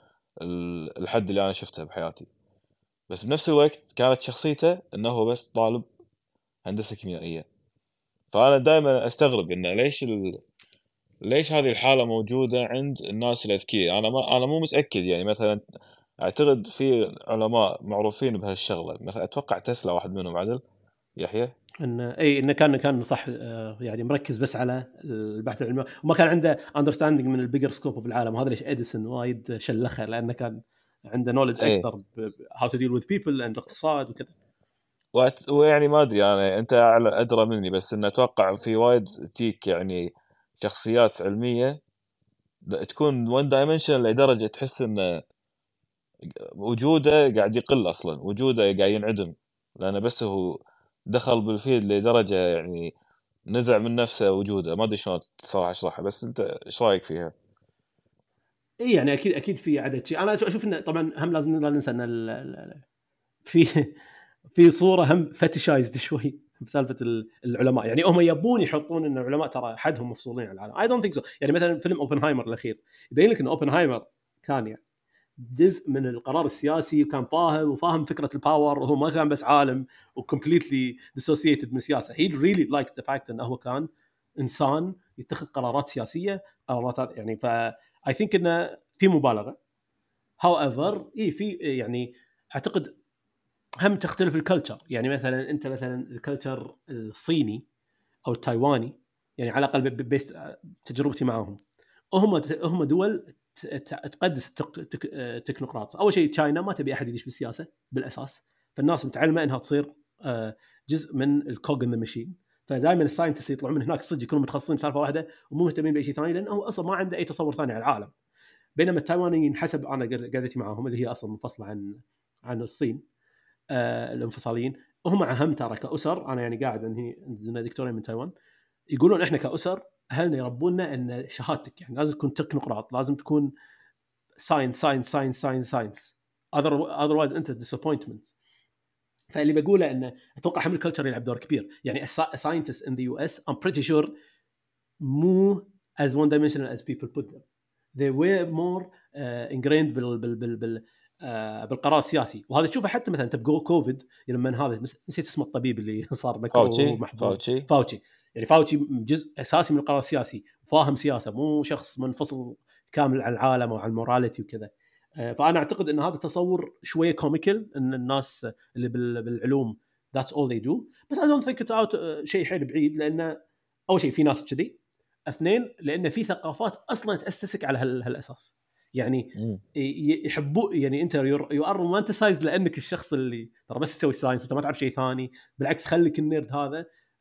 الحد اللي أنا شفته بحياتي، بس بنفس الوقت كانت شخصيته إنه هو بس طالب هندسة كيميائية. فأنا دائما أستغرب إنه ليش هذه الحالة موجودة عند الناس الأذكياء. أنا مو متأكد. يعني مثلا أعتقد في علماء معروفين بهالشغلة، مثلا أتوقع تسلا واحد منهم، عدل يحيى. انه كان صح، يعني مركز بس على البحث العلمي وما كان عنده اندرستاندينج من البيجر سكوب في العالم. وهذا ليش اديسون وايد شلخه، لانه كان عنده نولج إيه اكثر هاو تو ديل وذ بيبل اند اقتصاد وكذا. ويعني ما أدري، يعني أنت أدرى مني، بس إن أتوقع في وايد تيك يعني شخصيات علمية تكون وان دايمنشن لدرجة تحس إن وجوده قاعد يقل أصلا، وجوده قاعد ينعدم، لأنه بس هو دخل بالفيلد لدرجة يعني نزع من نفسه وجوده. ما أدري شلون صراحة أشرحها، بس أنت إيش رأيك فيها؟ اي يعني اكيد في عدد شيء. انا اشوف انه طبعا هم لازم لا ننسى ان في في صوره هم فتشايزد شوي بسالفه العلماء. يعني هم يبون يحطون ان العلماء ترى حدهم مفصولين عن العالم. اي دونت ثينك سو. يعني مثلا فيلم اوبنهايمر الاخير يبين لك ان اوبنهايمر كان يعني جزء من القرار السياسي، وكان فاهم فكره الباور، وهو ما كان بس عالم وكومبليتلي ديسوسييتد من السياسه. هي ريلي لايك ذا فاكت انه هو كان انسان يتخذ قرارات سياسيه، قرارات يعني. ف اي ثينك انه في مبالغه. هاو ايفر في يعني اعتقد هم تختلف الكلتشر. يعني مثلا انت مثلا الكلتشر الصيني او التايواني، يعني على الاقل بيست تجربتي معهم، هم دول تقدس التكنوقراط. اول شيء تشاينا ما تبي احد يدش بالسياسه بالاساس، فالناس متعلمه انها تصير جزء من الكوج ان ذا ماشين. فدائما الساينتست يطلعون من هناك صدق يكونوا متخصصين سالفه واحده ومو مهتمين باي شيء ثاني، لانه اصلا ما عنده اي تصور ثاني عن العالم. بينما التايوانيين حسب انا قعدتي معهم، اللي هي اصلا منفصله عن الصين، الانفصاليين، هم هم ترى كأسر. انا يعني قاعد عندنا دكتورين من تايوان يقولون احنا كأسر اهلنا يربونا ان شهادتك يعني لازم تكون تكنوقراط، لازم تكون ساينس otherwise انت disappointment. فاللي بقوله انه اتوقع حمل الكلتشر يلعب دور كبير. يعني scientists in the US I'm pretty sure مو as one dimensional as people put them. they were more ingrained بالقرار السياسي. وهذا تشوفه حتى مثلا انت كوفيد لما هذا نسيت اسم الطبيب اللي صار مكروه ومحظور، فاوتشي. يعني فاوتشي جزء اساسي من القرار السياسي، وفاهم سياسه، مو شخص منفصل كامل عن العالم او عن الموراليتي وكذا. فانا اعتقد ان هذا تصور شويه كوميكال ان الناس اللي بالعلوم that's all they do. بس I don't think it's out شيء حيل بعيد، لان اول شيء في ناس كذي، اثنين لان في ثقافات اصلا تاسسك على هالاساس. يعني يحبوا يعني انت يو ار رومانتسايزد لانك الشخص اللي ترى بس تسوي ساينس وانت ما تعرف شيء ثاني. بالعكس خليك النيرد هذا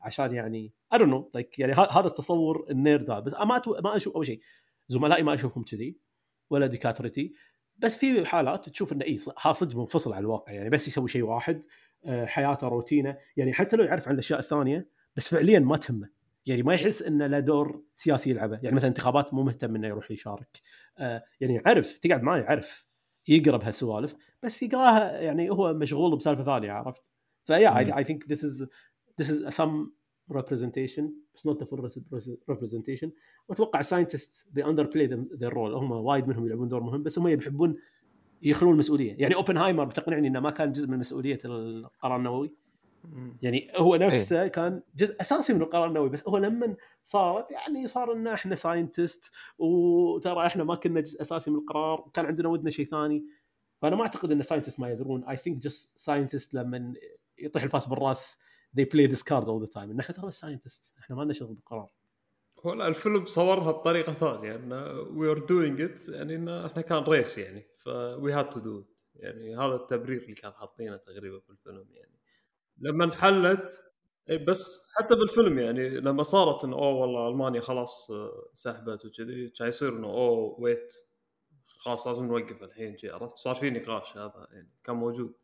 عشان يعني I don't know like يعني هذا التصور النيرد هذا. بس ما اشوف اول شيء زملائي ما اشوفهم كذي ولا دكاترتي. بس في حالات تشوف انه صدق منفصل عن الواقع يعني بس يسوي شيء واحد حياته روتينه يعني حتى لو يعرف عن الاشياء الثانيه بس فعليا ما تهمه يعني ما يحس انه له دور سياسي يلعبه يعني مثلا انتخابات مو مهتم انه يروح يشارك يعني عرف تقعد معي يعرف يقرا بهالسوالف بس يقراها يعني هو مشغول بسالفه ثانيه عرفت. فيا I think this is some representation it's not the full representation. واتوقع scientists they underplay their role هم وايد منهم يلعبون دور مهم بس هم يحبون يخلون المسؤوليه يعني اوبنهايمر بتقنعني انه ما كان جزء من مسؤوليه القرار النووي يعني هو نفسه كان جزء اساسي من القرار النووي بس هو لما صارت يعني صار ان احنا ساينتست وترى احنا ما كنا جزء اساسي من القرار كان عندنا ودنا شيء ثاني. فانا ما اعتقد ان ساينتست ما يدرون I think just scientists لما يطيح الفاس بالراس they play this card all the time ان احنا ترى ساينتست احنا ما لنا شغل بالقرار. هو الفيلم صورها بطريقة ثانية إن we are doing it يعني إن إحنا كان ريس يعني we had to do it يعني هذا التبرير اللي كان حاطينه تقريبا بالفيلم يعني لما انحلت. بس حتى بالفيلم يعني لما صارت إنه والله ألمانيا خلاص سحبت وكذي كان يصير إنه ويت خلاص لازم نوقف الحين شيء عرفت صار في نقاش هذا يعني كان موجود.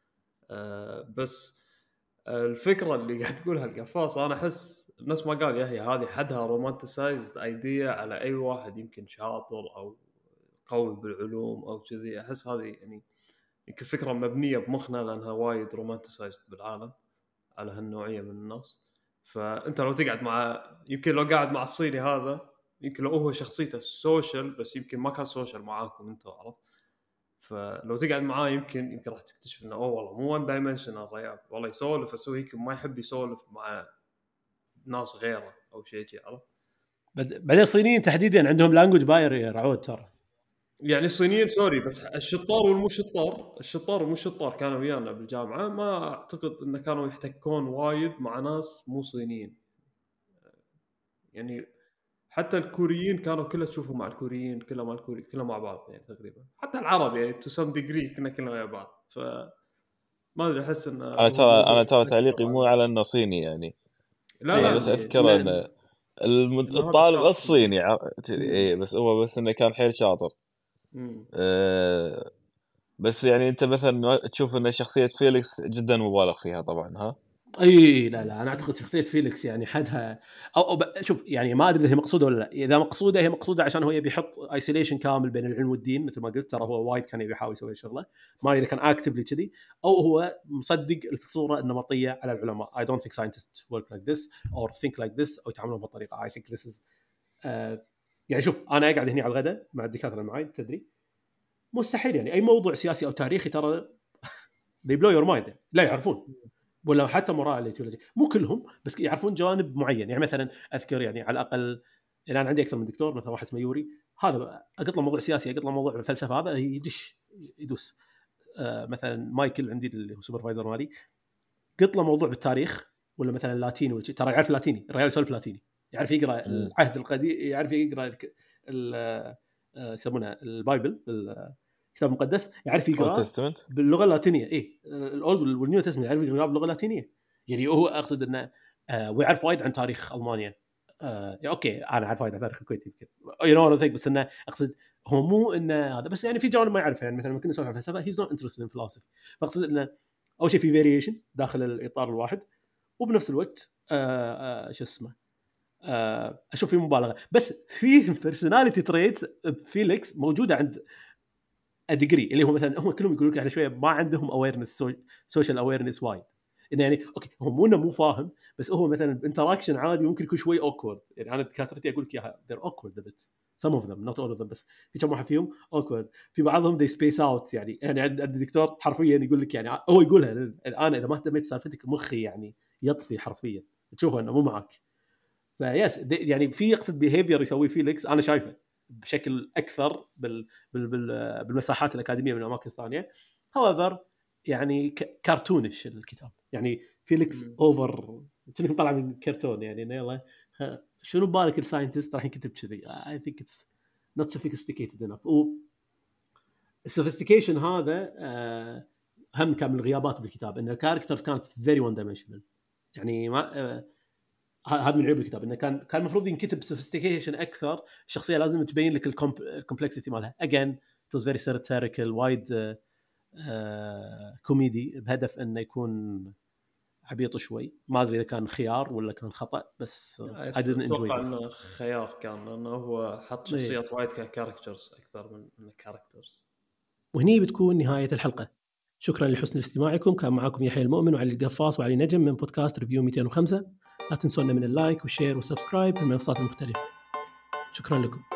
بس الفكرة اللي قاعد تقولها القفاص أنا أحس الناس ما قال يحيى هذه حدها رومانتسايزد ايديا على أي واحد يمكن شاطر أو قوي بالعلوم أو كذي. أحس هذه يعني يمكن فكرة مبنية بمخنا لأنها وايد رومانتسايزد بالعالم على هالنوعية من الناس. فأنت لو تقعد مع يمكن لو قاعد مع الصيني هذا يمكن لو هو شخصيته سوشيال بس يمكن ما كان سوشيال معاكم أنتوا عرفت. فلو تقعد معاه يمكن راح تكتشف انه والله مو وان دايمنشنال الريال والله يسولف اسوي يمكن ما يحب يسولف مع ناس غيره او شيء عرفت. بعدين الصينيين تحديدا عندهم لانجوج باير عود ترى يعني الصينيين سوري بس الشطار والمشطار كانوا ويانا بالجامعه ما اعتقد انه كانوا يحتكون وايد مع ناس مو صينيين يعني حتى الكوريين كانوا كلها تشوفوا مع الكوريين كلها مع الكوري كلها مع بعض يعني تقريبا حتى العرب يعني تو سم ديجري كنا مع بعض. ف ما ادري احس ان انا ترى تعليقي مو على انه صيني يعني لا انا لا بس اذكر ان الطالب الصيني اي بس هو بس انه كان حيل شاطر. بس يعني انت مثلا تشوف ان شخصيه فيليكس جدا مبالغ فيها طبعا ها. اي لا انا اعتقد شخصيه فيليكس يعني حدها او شوف يعني ما ادري اذا هي مقصوده ولا لا. اذا مقصوده هي مقصوده عشان هو يبي يحط ايسوليشن كامل بين العلم والدين مثل ما قلت ترى هو وايد كان يبي يحاول يسوي شغله ما اذا كان اكتفلي كذي او هو مصدق الصوره النمطيه على العلماء. I don't think scientists work like this or think like this او يتعاملون بهالطريقه. I think this is يعني شوف انا قاعد هنا على الغداء مع الدكاتره معي تدري مستحيل يعني اي موضوع سياسي او تاريخي ترى they blow your mind لا يعرفون ولا حتى موراليتي مو كلهم بس يعرفون جوانب معين. يعني مثلا اذكر يعني على الاقل يعني انا عندي اكثر من دكتور مثلا واحد اسمه يوري هذا اقط له موضوع سياسي اقط له موضوع فلسفه هذا يدش يدوس. مثلا مايكل عندي اللي هو سوبرفايزر مالي قط له موضوع بالتاريخ ولا مثلا لاتيني ولا ترى يعرف لاتيني الرجال يسولف لاتيني يعرف يقرا العهد القديم يعرف يقرا يسمونه البايبل الكتاب المقدس يعرف يقرا باللغه اللاتينيه. اي الاولد والنيو تستمنت يعرف يقرا باللغه اللاتينيه. يعني هو اقصد انه ويعرف وايد عن تاريخ المانيا. اوكي انا عارف وايد عن تاريخ الكويت يمكن انا زيك بس انه اقصد هو مو انه هذا بس يعني في جوانب ما يعرفها. يعني مثلا لما كنا نسولف عن فلسفه هيز نوت انترستد ان فلسفه فاقصد انه اول شيء في فاريشن داخل الاطار الواحد وبنفس الوقت شو اسمه اشوف في مبالغه. بس في بيرسوناليتي تريتس فيليكس موجوده عند اديجري اللي هو مثلا هم كلهم يقولوا لك على شويه ما عندهم اويرنس سوشيال اويرنس وايد يعني اوكي هو مو فاهم بس هو مثلا انتراكشن عادي ممكن يكون شوي اوكورد. يعني انا دكاترتي اقول لك اياها they're awkward a bit some of them not all of them بس في كم واحد فيهم awkward. في بعضهم they space out يعني عندي دكتور حرفيا يقول لك يعني هو يقولها الان اذا ما اهتميت سالفتك مخي يعني يطفي حرفيا تشوفه انه مو معك. فيس يعني في يقصد بيهيفير يسوي فيليكس انا شايفه بشكل اكثر بالمساحات الاكاديميه من الاماكن الثانيه. however يعني كرتونش الكتاب يعني فيليكس اوفر كأنه طلع من كرتون يعني انه يلا شنو بالك الساينتست راح يكتب كذي. I think it's not sophisticated enough. السوفيستيكيشن هذا هم كان من الغيابات بالكتاب ان الكاركترز كانت very one dimensional. يعني ما هذا من عيوب الكتاب، انه كان المفروض ينكتب سوفيستيكيشن اكثر. الشخصيه لازم تبين لك الكومبلكسيتي مالها. again it was very satirical وايد كوميدي بهدف انه يكون عبيط شوي. ما ادري اذا كان خيار ولا كان خطا، بس I didn't enjoy اتوقع this. انه خيار كان، لانه هو حط شخصيات وايد ككاركترز اكثر من كاركترز. وهني بتكون نهايه الحلقه. شكرا لحسن استماعكم. كان معكم يحيى المؤمن وعلي القفاص وعلي نجم من بودكاست ريفيو 205. لا تنسونا من اللايك والشير والسبسكرايب في المنصات المختلفه. شكرا لكم.